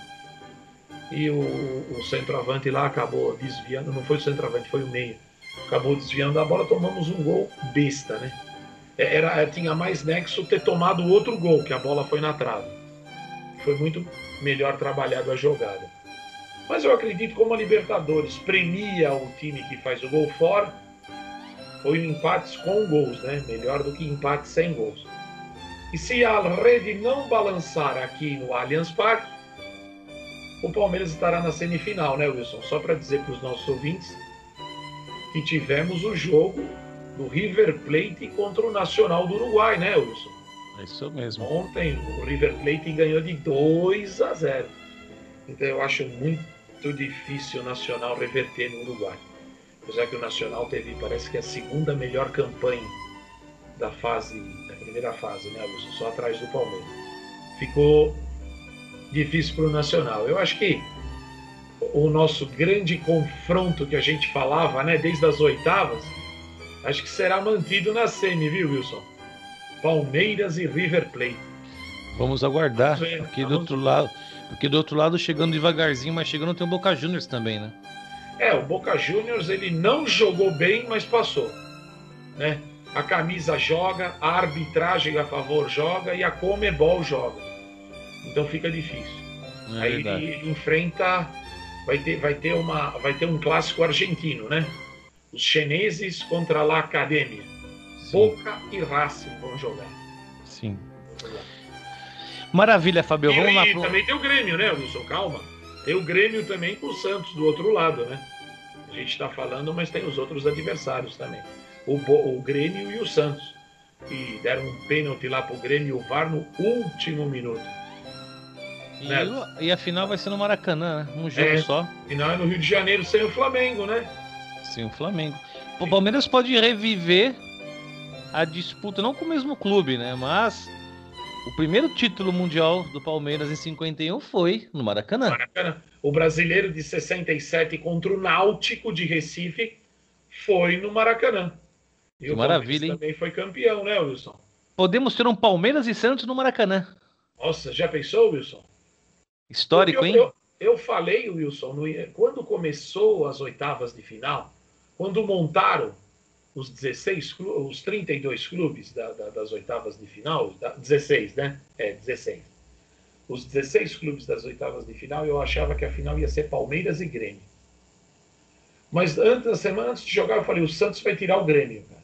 E o, o centroavante lá acabou desviando, não foi o centroavante, foi o meio, acabou desviando a bola, tomamos um gol besta, né? Era, tinha mais nexo ter tomado outro gol, que a bola foi na trave. Foi muito melhor trabalhado a jogada. Mas eu acredito que como a Libertadores premia o time que faz o gol fora, foi empates com gols, né? Melhor do que empates sem gols. E se a rede não balançar aqui no Allianz Parque, o Palmeiras estará na semifinal, né, Wilson? Só para dizer para os nossos ouvintes que tivemos o jogo do River Plate contra o Nacional do Uruguai, né, Wilson? É isso mesmo. Ontem o River Plate ganhou de dois a zero. Então eu acho muito difícil o Nacional reverter no Uruguai. Apesar que o Nacional teve, parece que a segunda melhor campanha da fase, da primeira fase, né, Wilson? Só atrás do Palmeiras. Ficou difícil para o Nacional. Eu acho que o nosso grande confronto que a gente falava, né, desde as oitavas, acho que será mantido na semi, viu, Wilson? Palmeiras e River Plate. Vamos aguardar, Vamos ver, porque do vamos outro ver. lado, porque do outro lado chegando devagarzinho, mas chegando tem o Boca Juniors também, né? É, o Boca Juniors ele não jogou bem, mas passou, né? A camisa joga, a arbitragem a favor joga e a Comebol joga. Então fica difícil. Não é Aí verdade. ele enfrenta, vai ter, vai ter uma, vai ter um clássico argentino, né? Os chineses contra a La Academia. Sim, Boca e Racing vão jogar. sim. Maravilha, Fabio. Vamos E, lá e pro... também tem o Grêmio, né, Wilson? Calma. Tem o Grêmio também com o Santos do outro lado, né? A gente está falando, mas tem os outros adversários também. O, Bo- o Grêmio e o Santos. E deram um pênalti lá pro Grêmio e o V A R no último minuto. E, né? o- e a final vai ser no Maracanã, né? Um jogo É. só. Final é no Rio de Janeiro sem o Flamengo, né? Sim, o Flamengo. O Palmeiras pode reviver a disputa, não com o mesmo clube, né? Mas o primeiro título mundial do Palmeiras em cinquenta e um foi no Maracanã. Maracanã. O brasileiro de sessenta e sete contra o Náutico de Recife foi no Maracanã. E Que o maravilha, Palmeiras hein? também foi campeão, né, Wilson? Podemos ter um Palmeiras e Santos no Maracanã. Nossa, já pensou, Wilson? Histórico, Porque hein? eu, eu, eu falei, Wilson, no- quando começou as oitavas de final, quando montaram os dezesseis, clu- os trinta e dois clubes da- da- das oitavas de final, da- dezesseis, né? É, dezesseis. Os dezesseis clubes das oitavas de final, eu achava que a final ia ser Palmeiras e Grêmio. Mas antes da semana, antes de jogar, eu falei, o Santos vai tirar o Grêmio, cara.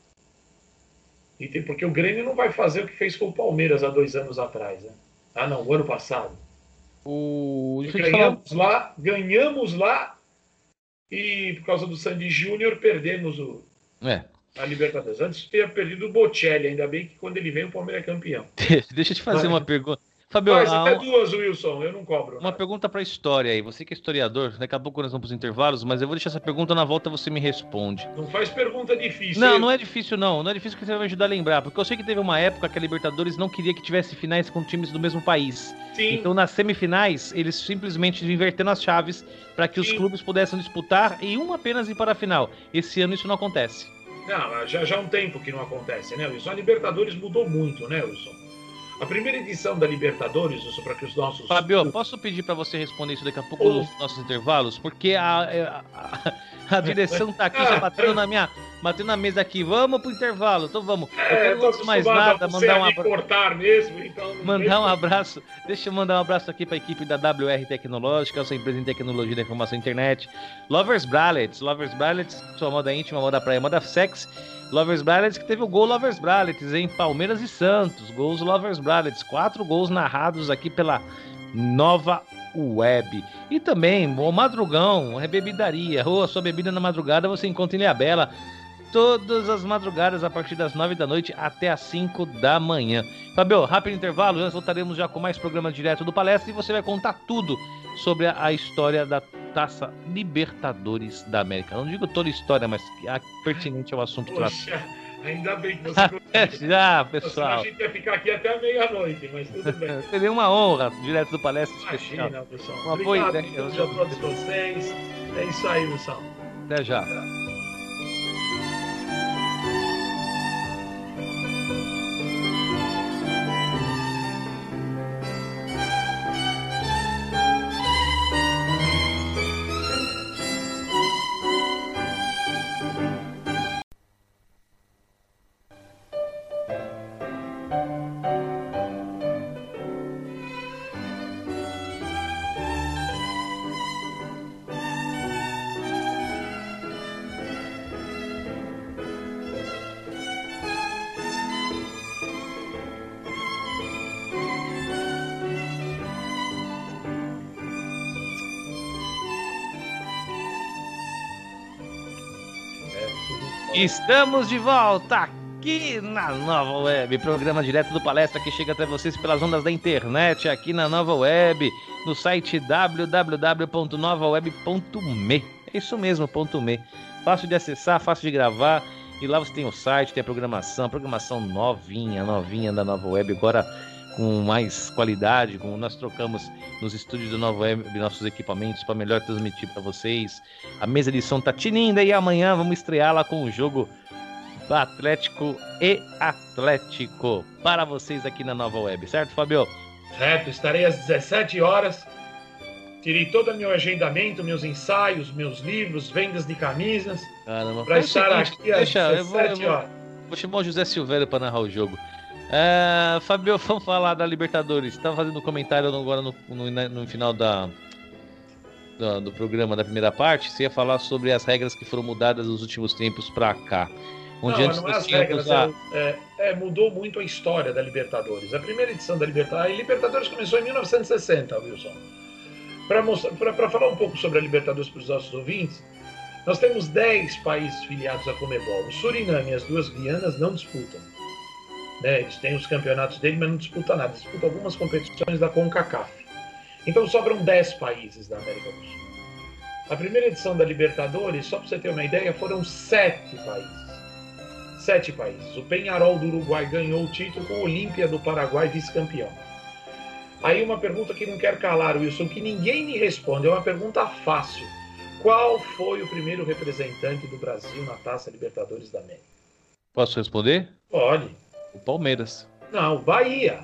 E tem- porque o Grêmio não vai fazer o que fez com o Palmeiras há dois anos atrás, né? Ah, não, o ano passado. O... Deixa eu te falar. Ganhamos lá, ganhamos lá e por causa do Sandy Júnior perdemos o, É. a Libertadores. Antes ter perdido o Bocelli, ainda bem que quando ele vem o Palmeiras é campeão. Deixa eu te fazer Vai. uma pergunta. Fabio, Faz há até um- duas, Wilson, eu não cobro. uma nada. pergunta para a história aí. Você que é historiador, daqui a pouco nós vamos para os intervalos, mas eu vou deixar essa pergunta na volta, você me responde. Não faz pergunta difícil. Não, hein? não é difícil não. Não é difícil que você vai me ajudar a lembrar, porque eu sei que teve uma época que a Libertadores não queria que tivesse finais com times do mesmo país. Sim, Então nas semifinais, eles simplesmente inverteram as chaves para que os Sim. clubes pudessem disputar e um apenas ir para a final. Esse ano isso não acontece. não, já, já há um tempo que não acontece, né, Wilson? A Libertadores mudou muito, né, Wilson? A primeira edição da Libertadores, Wilson, para que os nossos... Fabio, posso pedir para você responder isso daqui a pouco nos nossos intervalos? Porque a, a, a direção tá aqui já batendo na minha, batendo na mesa aqui. Vamos pro intervalo, então vamos. Eu É, quero tô antes de mais acostumado nada a você mandar um a me abraço. cortar mesmo, então... não Mandar um tem- abraço, deixa eu mandar um abraço aqui para a equipe da W R Tecnológica, essa empresa em tecnologia da informação e internet. Lovers Bralets, Lovers Bralets, sua moda íntima, moda praia, moda sex. Lovers Bralets, que teve o gol Lovers Bralets em Palmeiras e Santos. Gols Lovers Bralets, quatro gols narrados aqui pela Nova Web. E também o Madrugão, a bebidaria. Oh, a sua bebida na madrugada você encontra em Ilhabela. Todas as madrugadas a partir das nove da noite até as cinco da manhã. Fabio, rápido intervalo, nós voltaremos já com mais programa direto do Palestra e você vai contar tudo sobre a, a história da Taça Libertadores da América. Não digo toda a história, mas a pertinente ao assunto tratado. Poxa, ainda bem que você Até conseguiu. já, Senão pessoal. a gente ia ficar aqui até a meia-noite, mas tudo bem. Seria uma honra, direto do Palestra Especial. Imagina, pessoal. Uma boa Obrigado ideia. então, a todos vocês. É isso aí, pessoal. Até já. Estamos de volta aqui na Nova Web, programa direto do Palestra que chega até vocês pelas ondas da internet, aqui na Nova Web, no site w w w ponto nova web ponto me. É isso mesmo, ponto .me. Fácil de acessar, fácil de gravar, e lá você tem o site, tem a programação, a programação novinha, novinha da Nova Web, agora com mais qualidade, como nós trocamos nos estúdios da Nova Web nossos equipamentos para melhor transmitir para vocês. A mesa de som tá tinindo e amanhã vamos estrear lá com o jogo Atlético e Atlético para vocês aqui na Nova Web, certo, Fabio? Certo, estarei às dezessete horas. Tirei todo o meu agendamento, meus ensaios, meus livros, vendas de camisas. Caramba, para estar seguinte, aqui às deixa, dezessete eu vou, eu horas. Vou, vou chamar o José Silvério para narrar o jogo. É, Fabio, vamos falar da Libertadores. Estava fazendo um comentário agora no, no, no final da, do, do programa, da primeira parte. Você ia falar sobre as regras que foram mudadas nos últimos tempos para cá. Onde Não, antes não é nós as tínhamos regras, a... é, é, é, mudou muito a história da Libertadores. A primeira edição da Libertadores, a Libertadores começou em mil novecentos e sessenta, Wilson. Para falar um pouco sobre a Libertadores para os nossos ouvintes, nós temos dez países filiados à Conmebol. O Suriname e as duas Guianas não disputam. Né? Eles têm os campeonatos dele, mas não disputam nada. Disputam algumas competições da CONCACAF. Então sobram dez países da América do Sul. A primeira edição da Libertadores, só para você ter uma ideia, foram sete países. Sete países. O Peñarol do Uruguai ganhou o título com o Olímpia do Paraguai vice-campeão. Aí uma pergunta que não quer calar, Wilson, que ninguém me responde, é uma pergunta fácil. Qual foi o primeiro representante do Brasil na Taça Libertadores da América? Posso responder? Pode. O Palmeiras. Não, Bahia.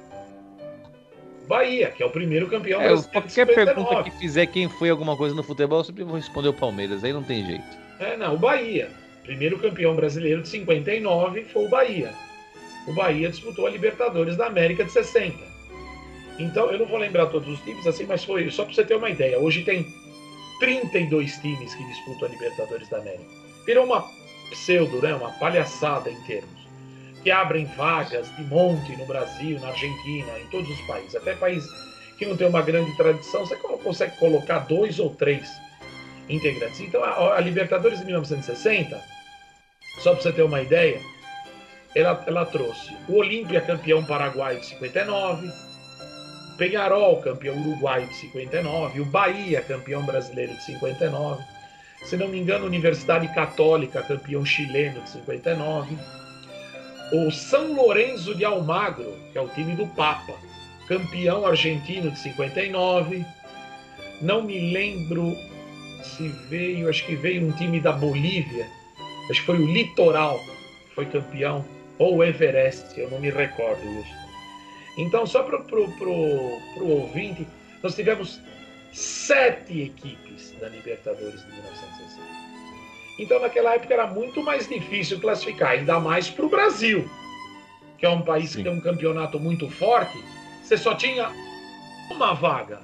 Bahia, que é o primeiro campeão É, brasileiro. qualquer pergunta que fizer quem foi alguma coisa no futebol, eu sempre vou responder o Palmeiras, aí não tem jeito. É, não, o Bahia. Primeiro campeão brasileiro de cinquenta e nove foi o Bahia. O Bahia disputou a Libertadores da América de sessenta. Então, eu não vou lembrar todos os times assim, mas foi só para você ter uma ideia. Hoje tem trinta e dois times que disputam a Libertadores da América. Virou uma pseudo, né, uma palhaçada em termos. Que abrem vagas de monte no Brasil, na Argentina, em todos os países. Até países que não tem uma grande tradição, você consegue colocar dois ou três integrantes. Então, a, a Libertadores de mil novecentos e sessenta, só para você ter uma ideia, ela, ela trouxe o Olímpia campeão paraguaio de cinquenta e nove, o Peñarol campeão uruguaio de cinquenta e nove, o Bahia campeão brasileiro de cinquenta e nove, se não me engano, a Universidade Católica campeão chileno de cinquenta e nove, o São Lourenço de Almagro, que é o time do Papa, campeão argentino de cinquenta e nove, não me lembro se veio, acho que veio um time da Bolívia, acho que foi o Litoral, foi campeão, ou o Everest, eu não me recordo isso. Então, só para o ouvinte, nós tivemos sete equipes da Libertadores de mil novecentos e sessenta. Então, naquela época era muito mais difícil classificar, ainda mais para o Brasil, que é um país Sim. que tem um campeonato muito forte, você só tinha uma vaga.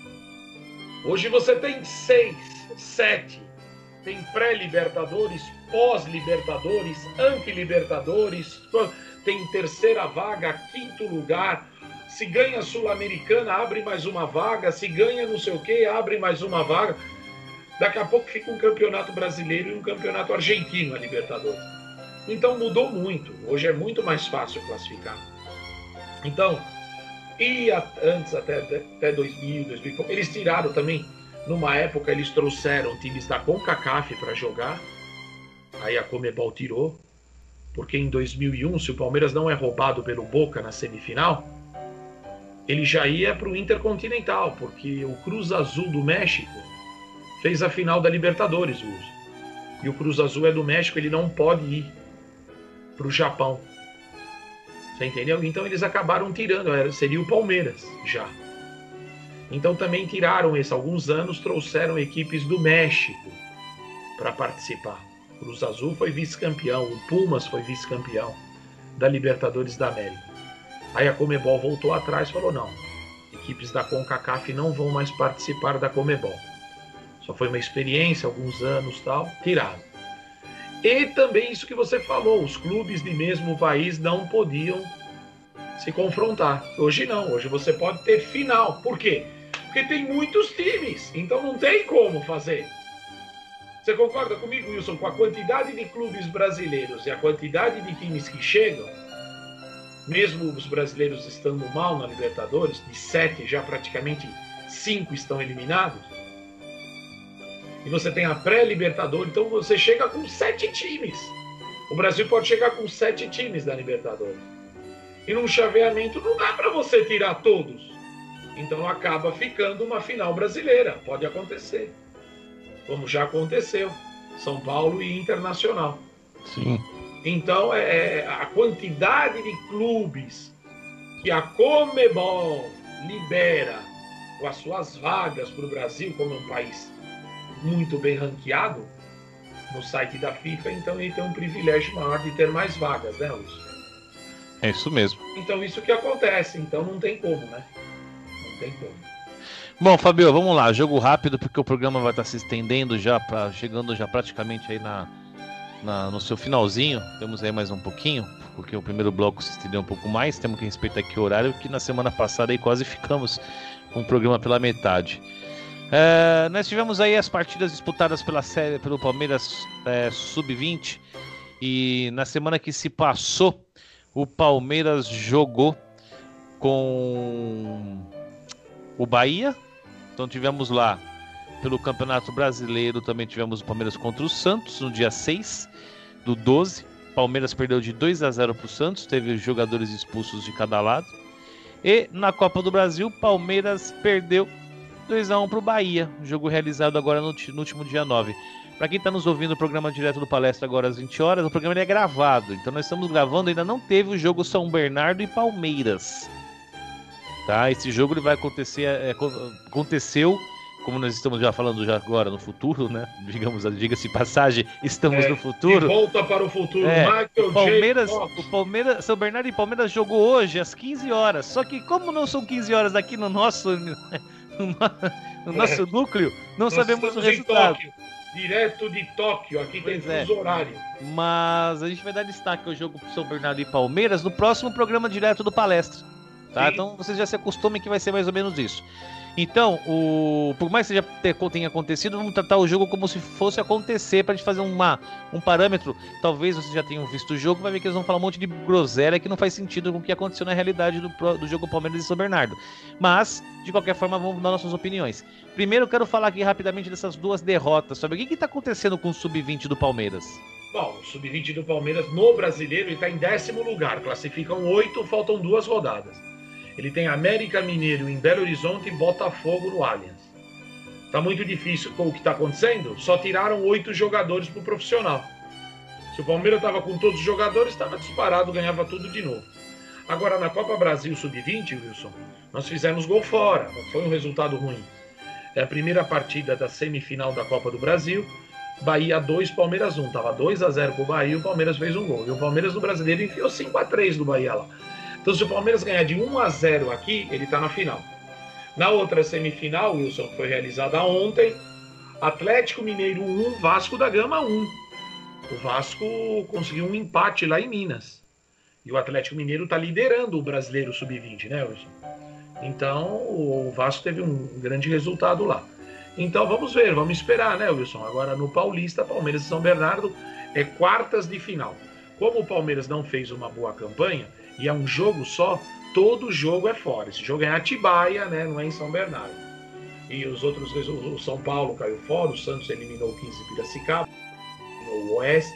Hoje você tem seis, sete. Tem pré-Libertadores, pós-Libertadores, anti-Libertadores, tem terceira vaga, quinto lugar. Se ganha Sul-Americana, abre mais uma vaga. Se ganha não sei o que, abre mais uma vaga. Daqui a pouco fica um campeonato brasileiro e um campeonato argentino a Libertadores. Então mudou muito. Hoje é muito mais fácil classificar. Então, e a, antes até, até dois mil, dois mil, eles tiraram também, numa época eles trouxeram times da CONCACAF para jogar. Aí a Conmebol tirou. Porque em dois mil e um, se o Palmeiras não é roubado pelo Boca na semifinal, ele já ia para o Intercontinental, porque o Cruz Azul do México fez a final da Libertadores, Wilson. E o Cruz Azul é do México, ele não pode ir para o Japão. Você entendeu? Então eles acabaram tirando, seria o Palmeiras já. Então também tiraram esse. Alguns anos trouxeram equipes do México para participar. O Cruz Azul foi vice-campeão, o Pumas foi vice-campeão da Libertadores da América. Aí a Conmebol voltou atrás e falou, não, equipes da CONCACAF não vão mais participar da Conmebol. Só foi uma experiência, alguns anos e tal, tiraram. E também isso que você falou, os clubes de mesmo país não podiam se confrontar. Hoje não, hoje você pode ter final. Por quê? Porque tem muitos times, então não tem como fazer. Você concorda comigo, Wilson, com a quantidade de clubes brasileiros e a quantidade de times que chegam, mesmo os brasileiros estando mal na Libertadores, de sete já praticamente cinco estão eliminados, e você tem a pré-Libertadores, então você chega com sete times. O Brasil pode chegar com sete times da Libertadores. E num chaveamento não dá para você tirar todos. Então acaba ficando uma final brasileira. Pode acontecer. Como já aconteceu. São Paulo e Internacional. Sim. Então, é, a quantidade de clubes que a Conmebol libera com as suas vagas para o Brasil, como um país muito bem ranqueado no site da FIFA, então ele tem um privilégio maior de ter mais vagas, né, Lúcio? É isso mesmo. Então, isso que acontece. Então, não tem como, né? Não tem como. Bom, Fabio, vamos lá. Jogo rápido, porque o programa vai estar se estendendo já, pra, chegando já praticamente aí na, na, no seu finalzinho. Temos aí mais um pouquinho, porque o primeiro bloco se estendeu um pouco mais. Temos que respeitar aqui o horário, que na semana passada aí quase ficamos com o programa pela metade. É, nós tivemos aí as partidas disputadas pela série, pelo Palmeiras é, sub vinte. E na semana que se passou, o Palmeiras jogou com o Bahia. Então tivemos lá, pelo Campeonato Brasileiro, também tivemos o Palmeiras contra o Santos, no dia seis do doze. Palmeiras perdeu de dois a zero para o Santos, teve jogadores expulsos de cada lado. E na Copa do Brasil, Palmeiras perdeu dois a um para o Bahia, jogo realizado agora no, no último dia nove. Para quem está nos ouvindo o programa direto do Palestra agora às vinte horas, o programa ele é gravado, então nós estamos gravando, ainda não teve o jogo São Bernardo e Palmeiras. Tá? Esse jogo ele vai acontecer, é, aconteceu, como nós estamos já falando já agora no futuro, né? Digamos, diga-se passagem, estamos é, no futuro. De volta para o futuro, é, Michael o Palmeiras, J. Fox. o Palmeiras, São Bernardo e Palmeiras jogou hoje às quinze horas. Só que como não são quinze horas aqui no nosso no nosso é. núcleo, não Nós sabemos o resultado. Tóquio, direto de Tóquio, aqui pois tem fuso é. horário. Mas a gente vai dar destaque ao jogo São Bernardo e Palmeiras no próximo programa direto do Palestra. Tá? Então vocês já se acostumem que vai ser mais ou menos isso. Então, o... por mais que já tenha acontecido, vamos tratar o jogo como se fosse acontecer, pra gente fazer uma, um parâmetro. Talvez vocês já tenham visto o jogo, vai ver que eles vão falar um monte de groselha que não faz sentido com o que aconteceu na realidade do, do jogo Palmeiras e São Bernardo. Mas, de qualquer forma, vamos dar nossas opiniões. Primeiro, eu quero falar aqui rapidamente dessas duas derrotas. Sabe o que está acontecendo com o sub vinte do Palmeiras? Bom, o sub vinte do Palmeiras no Brasileiro está em décimo lugar. Classificam oito, faltam duas rodadas. Ele tem América Mineiro em Belo Horizonte e Botafogo no Allianz. Tá muito difícil com o que está acontecendo. Só tiraram oito jogadores pro profissional. Se o Palmeiras estava com todos os jogadores, estava disparado, ganhava tudo de novo. Agora, na Copa Brasil sub vinte, Wilson, nós fizemos gol fora. Não foi um resultado ruim. É a primeira partida da semifinal da Copa do Brasil. Bahia dois, Palmeiras um. Tava dois a zero pro Bahia e o Palmeiras fez um gol. E o Palmeiras no Brasileiro enfiou cinco a três do Bahia lá. Então, se o Palmeiras ganhar de um a zero aqui, ele está na final. Na outra semifinal, Wilson, que foi realizada ontem, Atlético Mineiro um, Vasco da Gama um. O Vasco conseguiu um empate lá em Minas. E o Atlético Mineiro está liderando o Brasileiro sub vinte, né, Wilson? Então, o Vasco teve um grande resultado lá. Então, vamos ver, vamos esperar, né, Wilson? Agora, no Paulista, Palmeiras e São Bernardo é quartas de final. Como o Palmeiras não fez uma boa campanha, e é um jogo só, todo jogo é fora. Esse jogo é em Atibaia, né? Não é em São Bernardo. E os outros, o São Paulo caiu fora, o Santos eliminou o quinze Piracicaba, eliminou o Oeste,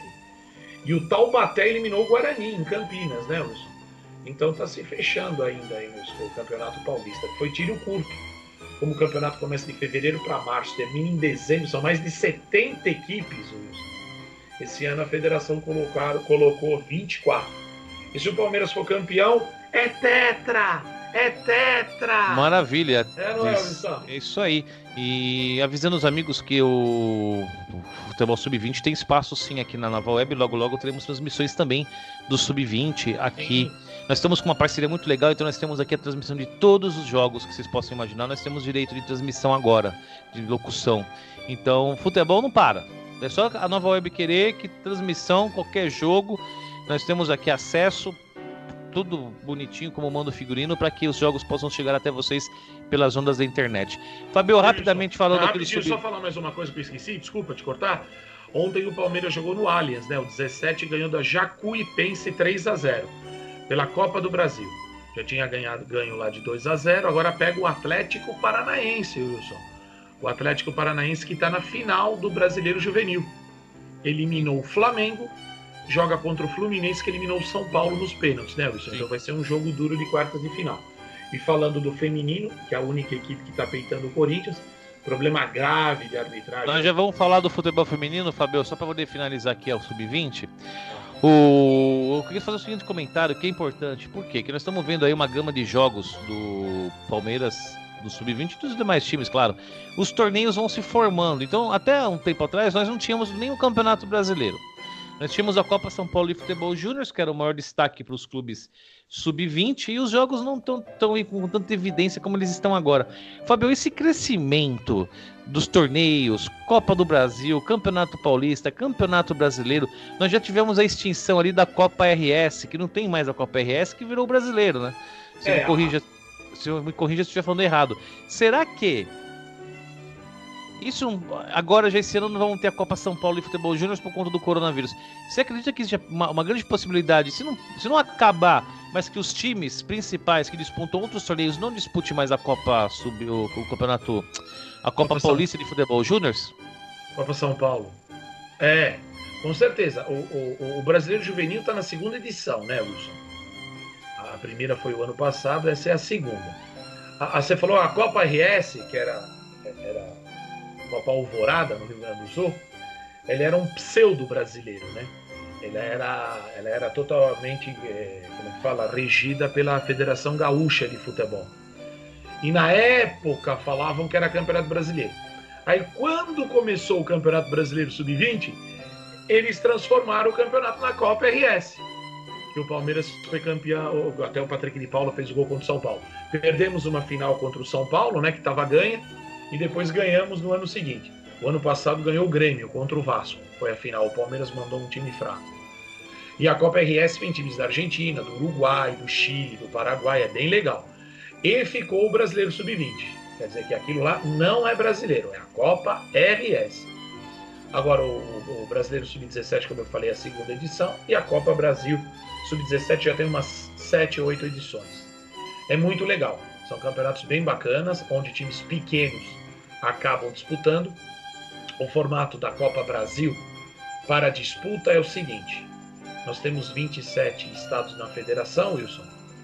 e o Taubaté eliminou o Guarani, em Campinas, né, Wilson? Então tá se fechando ainda aí no Campeonato Paulista, que foi tiro curto. Como o campeonato começa de fevereiro para março, termina em dezembro, são mais de setenta equipes, Wilson. Esse ano a federação colocaram, colocou vinte e quatro. E se o Palmeiras for campeão, é tetra! É tetra! Maravilha! É, não é, Wilson? É isso aí. E avisando os amigos que o, o Futebol sub vinte tem espaço sim aqui na Nova Web. Logo, logo teremos transmissões também do sub vinte aqui. Sim. Nós estamos com uma parceria muito legal, então nós temos aqui a transmissão de todos os jogos que vocês possam imaginar. Nós temos direito de transmissão agora, de locução. Então, futebol não para. É só a Nova Web querer que transmissão, qualquer jogo... Nós temos aqui acesso, tudo bonitinho, como manda o figurino, para que os jogos possam chegar até vocês pelas ondas da internet. Fabio, rapidamente só, falando... Rapidinho, sub... só falar mais uma coisa que eu esqueci, desculpa te cortar. Ontem o Palmeiras jogou no Allianz, né? O dezessete ganhou da Jacuipense três a zero, pela Copa do Brasil. Já tinha ganhado, ganho lá de dois a zero, agora pega o Atlético Paranaense, Wilson. O Atlético Paranaense que está na final do Brasileiro Juvenil. Eliminou o Flamengo, joga contra o Fluminense, que eliminou o São Paulo nos pênaltis, né, Wilson? Sim. Então vai ser um jogo duro de quartas de final. E falando do feminino, que é a única equipe que está peitando o Corinthians, problema grave de arbitragem. Nós já vamos falar do futebol feminino, Fabio, só para poder finalizar aqui o sub vinte. O... Eu queria fazer o seguinte comentário, que é importante. Por quê? Porque nós estamos vendo aí uma gama de jogos do Palmeiras, do sub vinte e dos demais times, claro. Os torneios vão se formando. Então, até um tempo atrás, nós não tínhamos nenhum campeonato brasileiro. Nós tínhamos a Copa São Paulo de Futebol Júnior, que era o maior destaque para os clubes sub vinte, e os jogos não estão tão com tanta evidência como eles estão agora. Fábio, esse crescimento dos torneios, Copa do Brasil, Campeonato Paulista, Campeonato Brasileiro, nós já tivemos a extinção ali da Copa R S, que não tem mais a Copa R S, que virou o brasileiro, né? Se, é, me, corrija, se eu me corrija se eu estiver falando errado. Será que isso, agora já esse ano não vamos ter a Copa São Paulo de Futebol Júnior por conta do coronavírus? Você acredita que existe uma, uma grande possibilidade, se não, se não acabar, mas que os times principais que disputam outros torneios não disputem mais a Copa Sub, o, o campeonato, a Copa, Copa Paulista São... de Futebol Júnior? Copa São Paulo. É, com certeza. O, o, o Brasileiro Juvenil está na segunda edição, né, Wilson? A primeira foi o ano passado, essa é a segunda. A, a, você falou a Copa R S, que era... era Copa Alvorada, no Rio Grande do Sul, ele era um pseudo brasileiro, né? Ele era, ela era totalmente, é, como que fala, regida pela Federação Gaúcha de Futebol. E na época falavam que era Campeonato Brasileiro. Aí quando começou o Campeonato Brasileiro sub vinte, eles transformaram o campeonato na Copa R S. Que o Palmeiras foi campeão, até o Patrick de Paula fez o gol contra o São Paulo. Perdemos uma final contra o São Paulo, né, que estava ganha. E depois ganhamos no ano seguinte. O ano passado ganhou o Grêmio contra o Vasco. Foi a final. O Palmeiras mandou um time fraco. E a Copa R S vem times da Argentina, do Uruguai, do Chile, do Paraguai. É bem legal. E ficou o Brasileiro sub vinte. Quer dizer que aquilo lá não é brasileiro. É a Copa R S. Agora o, o Brasileiro sub dezessete, como eu falei, é a segunda edição. E a Copa Brasil sub dezessete já tem umas sete, oito edições. É muito legal. São campeonatos bem bacanas, onde times pequenos acabam disputando. O formato da Copa Brasil para a disputa é o seguinte: nós temos vinte e sete estados na federação, Wilson.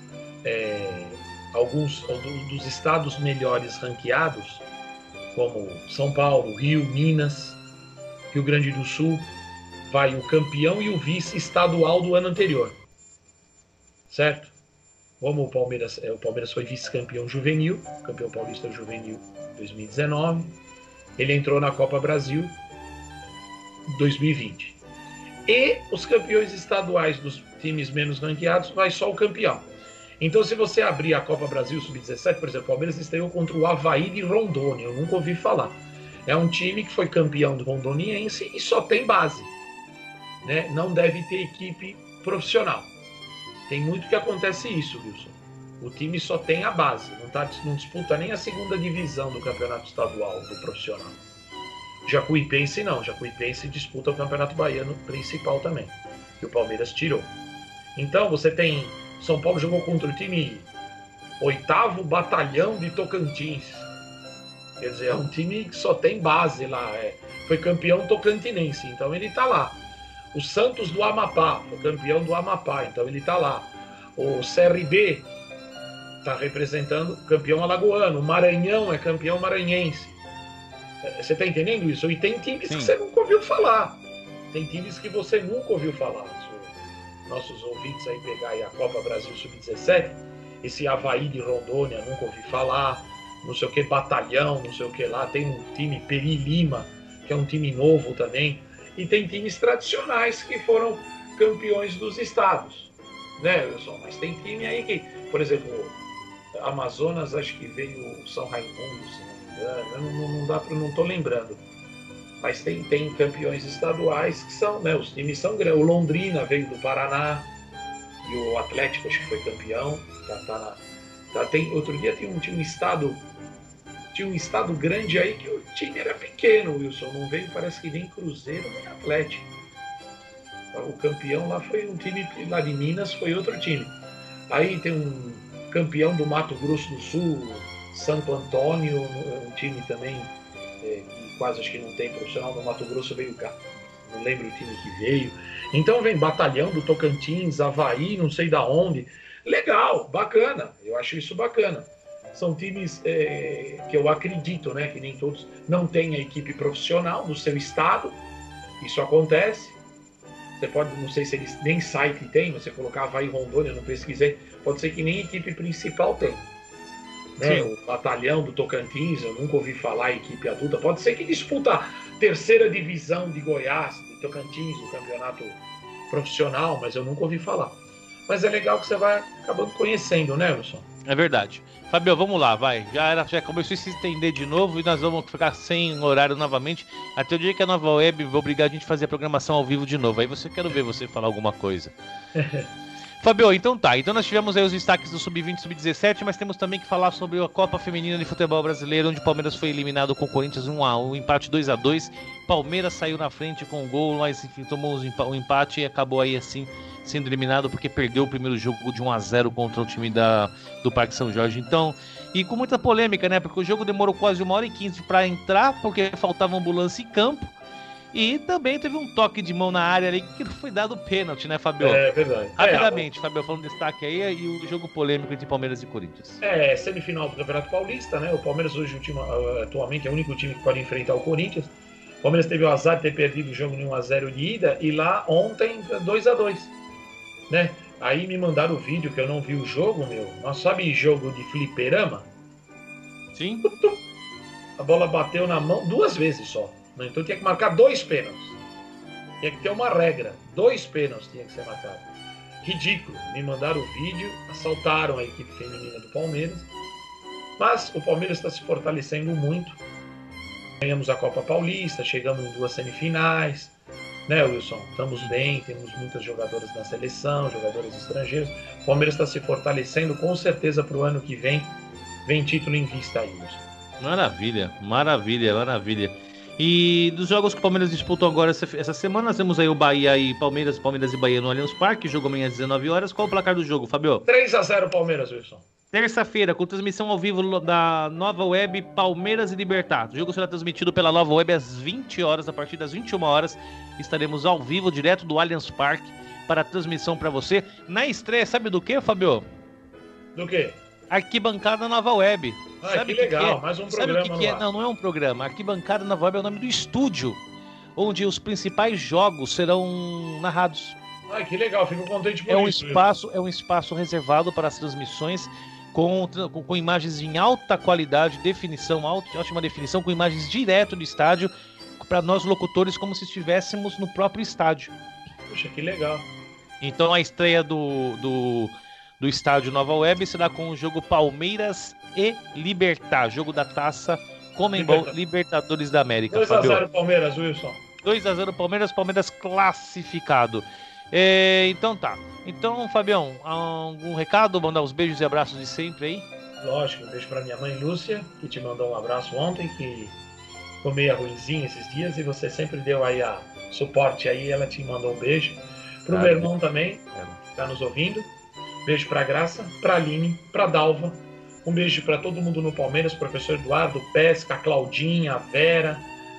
É, alguns dos estados melhores ranqueados, como São Paulo, Rio, Minas, Rio Grande do Sul, vai o campeão e o vice estadual do ano anterior. Certo? Como o Palmeiras, o Palmeiras foi vice-campeão juvenil, campeão paulista juvenil dois mil e dezenove, ele entrou na Copa Brasil dois mil e vinte. E os campeões estaduais dos times menos ranqueados, vai só o campeão. Então, se você abrir a Copa Brasil sub dezessete, por exemplo, o Palmeiras estreou contra o Avaí de Rondônia, eu nunca ouvi falar. É um time que foi campeão do rondoniense e só tem base, né? Não deve ter equipe profissional. Tem muito que acontece isso, Wilson. O time só tem a base, não, tá, não disputa nem a segunda divisão do campeonato estadual, do profissional. Jacuipense não, Jacuipense disputa o campeonato baiano principal também, que o Palmeiras tirou. Então você tem, São Paulo jogou contra o time oitavo Batalhão de Tocantins. Quer dizer, é um time que só tem base lá, é, foi campeão tocantinense, então ele está lá. O Santos do Amapá, o campeão do Amapá, então ele está lá. O C R B está representando o campeão alagoano. O Maranhão é campeão maranhense. Você está entendendo isso? E tem times Sim. que você nunca ouviu falar. Tem times que você nunca ouviu falar. Se nossos ouvintes aí pegarem a Copa Brasil sub dezessete, esse Avaí de Rondônia, nunca ouvi falar. Não sei o que, Batalhão, não sei o que lá. Tem um time Peri Lima, que é um time novo também. E tem times tradicionais que foram campeões dos estados, né, Wilson? Mas tem time aí que, por exemplo, Amazonas, acho que veio o São Raimundo, se não me engano, eu não, não dá para, não estou lembrando. Mas tem, tem campeões estaduais que são, né, os times são grandes. O Londrina veio do Paraná e o Atlético acho que foi campeão. Tá, tá na, tá, tem, outro dia tinha um, tinha um estado tinha um estado grande aí que o time era pequeno, Wilson. Não veio, parece que nem Cruzeiro nem Atlético. O campeão lá foi um time lá de Minas, foi outro time. Aí tem um campeão do Mato Grosso do Sul, Santo Antônio, um time também é, que quase acho que não tem profissional. No Mato Grosso veio cá, não lembro o time que veio. Então vem Batalhão do Tocantins, Avaí, não sei da onde. Legal, bacana, eu acho isso bacana. São times é, que eu acredito, né, que nem todos não têm a equipe profissional do seu estado. Isso acontece. Você pode, não sei se eles nem site tem, você colocar Avaí Rondônia, eu não pesquisei, pode ser que nem equipe principal tem. Né? O batalhão do Tocantins, eu nunca ouvi falar em equipe adulta, pode ser que disputa a terceira divisão de Goiás, de Tocantins, o campeonato profissional, mas eu nunca ouvi falar. Mas é legal que você vai acabando conhecendo, né, Wilson? É verdade. Fabio, vamos lá, vai. Já, era, já começou a se estender de novo e nós vamos ficar sem horário novamente. Até o dia que a Nova Web vai obrigar a gente a fazer a programação ao vivo de novo. Aí você quer ver você falar alguma coisa. Fabio, então tá. Então nós tivemos aí os destaques do sub vinte e sub dezessete, mas temos também que falar sobre a Copa Feminina de Futebol Brasileiro, onde o Palmeiras foi eliminado com o Corinthians um a um, empate dois a dois. Palmeiras saiu na frente com o gol, mas enfim, tomou um empate e acabou aí assim sendo eliminado porque perdeu o primeiro jogo de um a zero contra o time da, do Parque São Jorge. Então, e com muita polêmica, né? Porque o jogo demorou quase uma hora e quinze para entrar, porque faltava ambulância em campo. E também teve um toque de mão na área ali que foi dado pênalti, né, Fabio? É verdade. Rapidamente, é, Fabio, falando destaque aí e o jogo polêmico entre Palmeiras e Corinthians. É, semifinal do Campeonato Paulista, né? O Palmeiras hoje, o time, atualmente, é o único time que pode enfrentar o Corinthians. O Palmeiras teve o azar de ter perdido o jogo em um a zero de ida e lá ontem dois a dois. Né? Aí me mandaram o vídeo que eu não vi o jogo, meu. Nós sabe jogo de fliperama? Sim. A bola bateu na mão duas vezes só. Né? Então tinha que marcar dois pênaltis. Tinha que ter uma regra. Dois pênaltis tinha que ser marcado. Ridículo. Me mandaram o vídeo, assaltaram a equipe feminina do Palmeiras. Mas o Palmeiras está se fortalecendo muito. Ganhamos a Copa Paulista, chegamos em duas semifinais. Né, Wilson? Estamos bem, temos muitas jogadoras na seleção, jogadores estrangeiros. O Palmeiras está se fortalecendo, com certeza para o ano que vem, vem título em vista aí, Wilson. Maravilha, maravilha, maravilha. E dos jogos que o Palmeiras disputou agora essa, essa semana, nós temos aí o Bahia e Palmeiras, Palmeiras e Bahia no Allianz Parque, jogo amanhã às dezenove horas. Qual o placar do jogo, Fabio? três a zero Palmeiras, Wilson. Terça-feira, com transmissão ao vivo da Nova Web, Palmeiras e Libertad. O jogo será transmitido pela Nova Web às vinte horas, a partir das vinte e uma horas. Estaremos ao vivo, direto do Allianz Parque, para a transmissão para você. Na estreia, sabe do que, Fabio? Do quê? Arquibancada Nova Web. Ah, sabe que legal, que é? mais um sabe programa o que no que é? ar. Não, não é um programa. Arquibancada Nova Web é o nome do estúdio, onde os principais jogos serão narrados. Ah, que legal, fico contente por É um isso. espaço, é um espaço reservado para as transmissões com, com, com imagens em alta qualidade, definição, alta, ótima definição, com imagens direto do estádio, para nós locutores, como se estivéssemos no próprio estádio. Puxa, que legal. Então a estreia do, do, do estádio Nova Web será com o jogo Palmeiras e Libertad, jogo da Taça Conmebol Libertad. Libertadores da América. dois a zero Fabio. Palmeiras, Wilson. dois a zero Palmeiras, Palmeiras classificado. É, então tá. Então, Fabião, algum recado? Mandar os beijos e abraços de sempre aí? Lógico, um beijo pra minha mãe Lúcia, que te mandou um abraço ontem, que comeu ruimzinho esses dias e você sempre deu aí a suporte aí, ela te mandou um beijo. Pro Ah, meu irmão também, que tá nos ouvindo. Beijo pra Graça, pra Aline, pra Dalva. Um beijo pra todo mundo no Palmeiras, professor Eduardo, Pesca, a Claudinha, a Vera,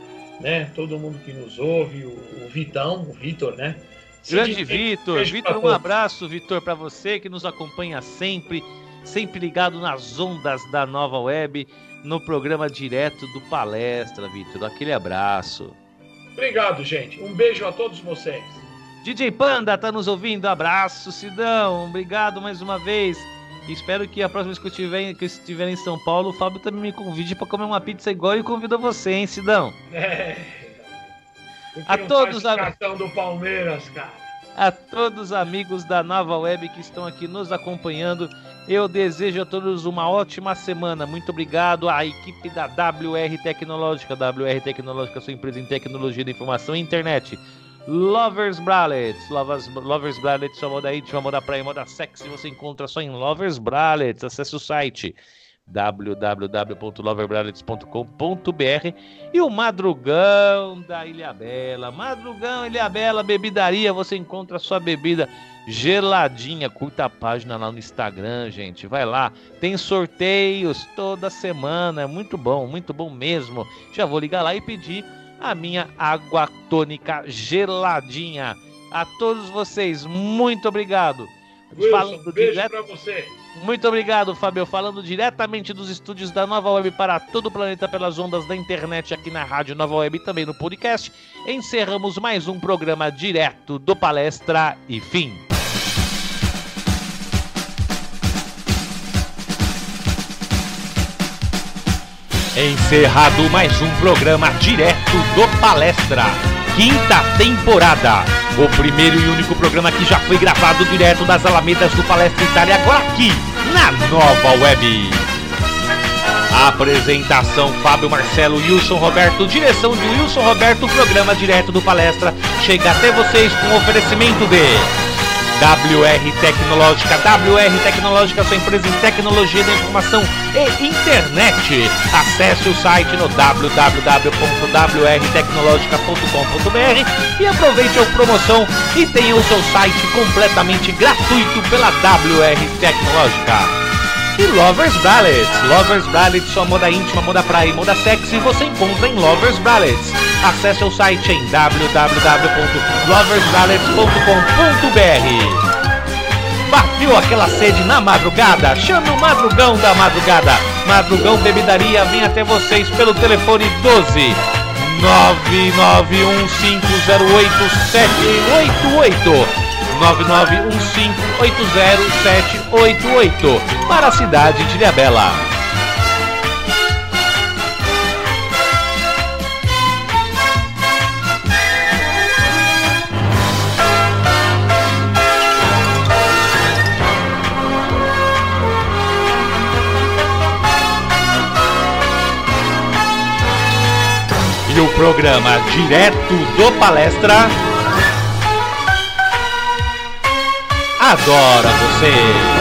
né? Todo mundo que nos ouve, o, o Vitão, o Vitor, né? Grande Sim, Vitor, beijo Vitor, pra um todos. abraço, Vitor, para você que nos acompanha sempre, sempre ligado nas ondas da Nova Web, no programa direto do Palestra, Vitor. Aquele abraço. Obrigado, gente. Um beijo a todos vocês. D J Panda tá nos ouvindo, abraço, Sidão, obrigado mais uma vez. Espero que a próxima vez que eu estiver, que eu estiver em São Paulo, o Fábio também me convide para comer uma pizza igual e convido você, hein, Sidão? É. A todos a... cartão do Palmeiras, cara. A todos os amigos da Nova Web que estão aqui nos acompanhando, eu desejo a todos uma ótima semana. Muito obrigado à equipe da W R Tecnológica. W R Tecnológica, sua empresa em tecnologia da informação e internet. Lovers Bralets, Lovers, Lovers Bralets, sua moda íntima, moda praia, moda sexy, você encontra só em Lovers Bralets. Acesse o site w w w ponto lover bralets ponto com ponto b r e o Madrugão da Ilhabela. Madrugão Ilhabela Bebidaria, você encontra sua bebida geladinha. Curta a página lá no Instagram, gente, vai lá, tem sorteios toda semana, é muito bom, muito bom mesmo. Já vou ligar lá e pedir a minha água tônica geladinha. A todos vocês, muito obrigado. Wilson, Falando beijo direto... pra você. Muito obrigado, Fábio. Falando diretamente dos estúdios da Nova Web para todo o planeta pelas ondas da internet aqui na Rádio Nova Web e também no podcast, encerramos mais um programa direto do Palestra e fim. Encerrado mais um programa direto do Palestra, quinta temporada. O primeiro e único programa que já foi gravado direto das Alamedas do Palestra Itália, agora aqui na Nova Web. Apresentação: Fábio Marcelo, Wilson Roberto. Direção de Wilson Roberto. Programa direto do Palestra chega até vocês com oferecimento de W R Tecnológica. W R Tecnológica, sua empresa em tecnologia da informação e internet. Acesse o site no w w w ponto w r tecnologica ponto com ponto b r e aproveite a promoção e tenha o seu site completamente gratuito pela W R Tecnológica. E Lovers Bralets. Lovers Bralets, sua moda íntima, moda praia e moda sexy, você encontra em Lovers Bralets. Acesse o site em w w w ponto lovers bralets ponto com ponto b r. Bateu aquela sede na madrugada? Chame o Madrugão da Madrugada. Madrugão Bebidaria vem até vocês pelo telefone doze nove nove um cinco zero oito sete oito oito. nove nove um cinco oito zero sete oito oito para a cidade de Ilhabela. E o programa direto do Palestra adora você.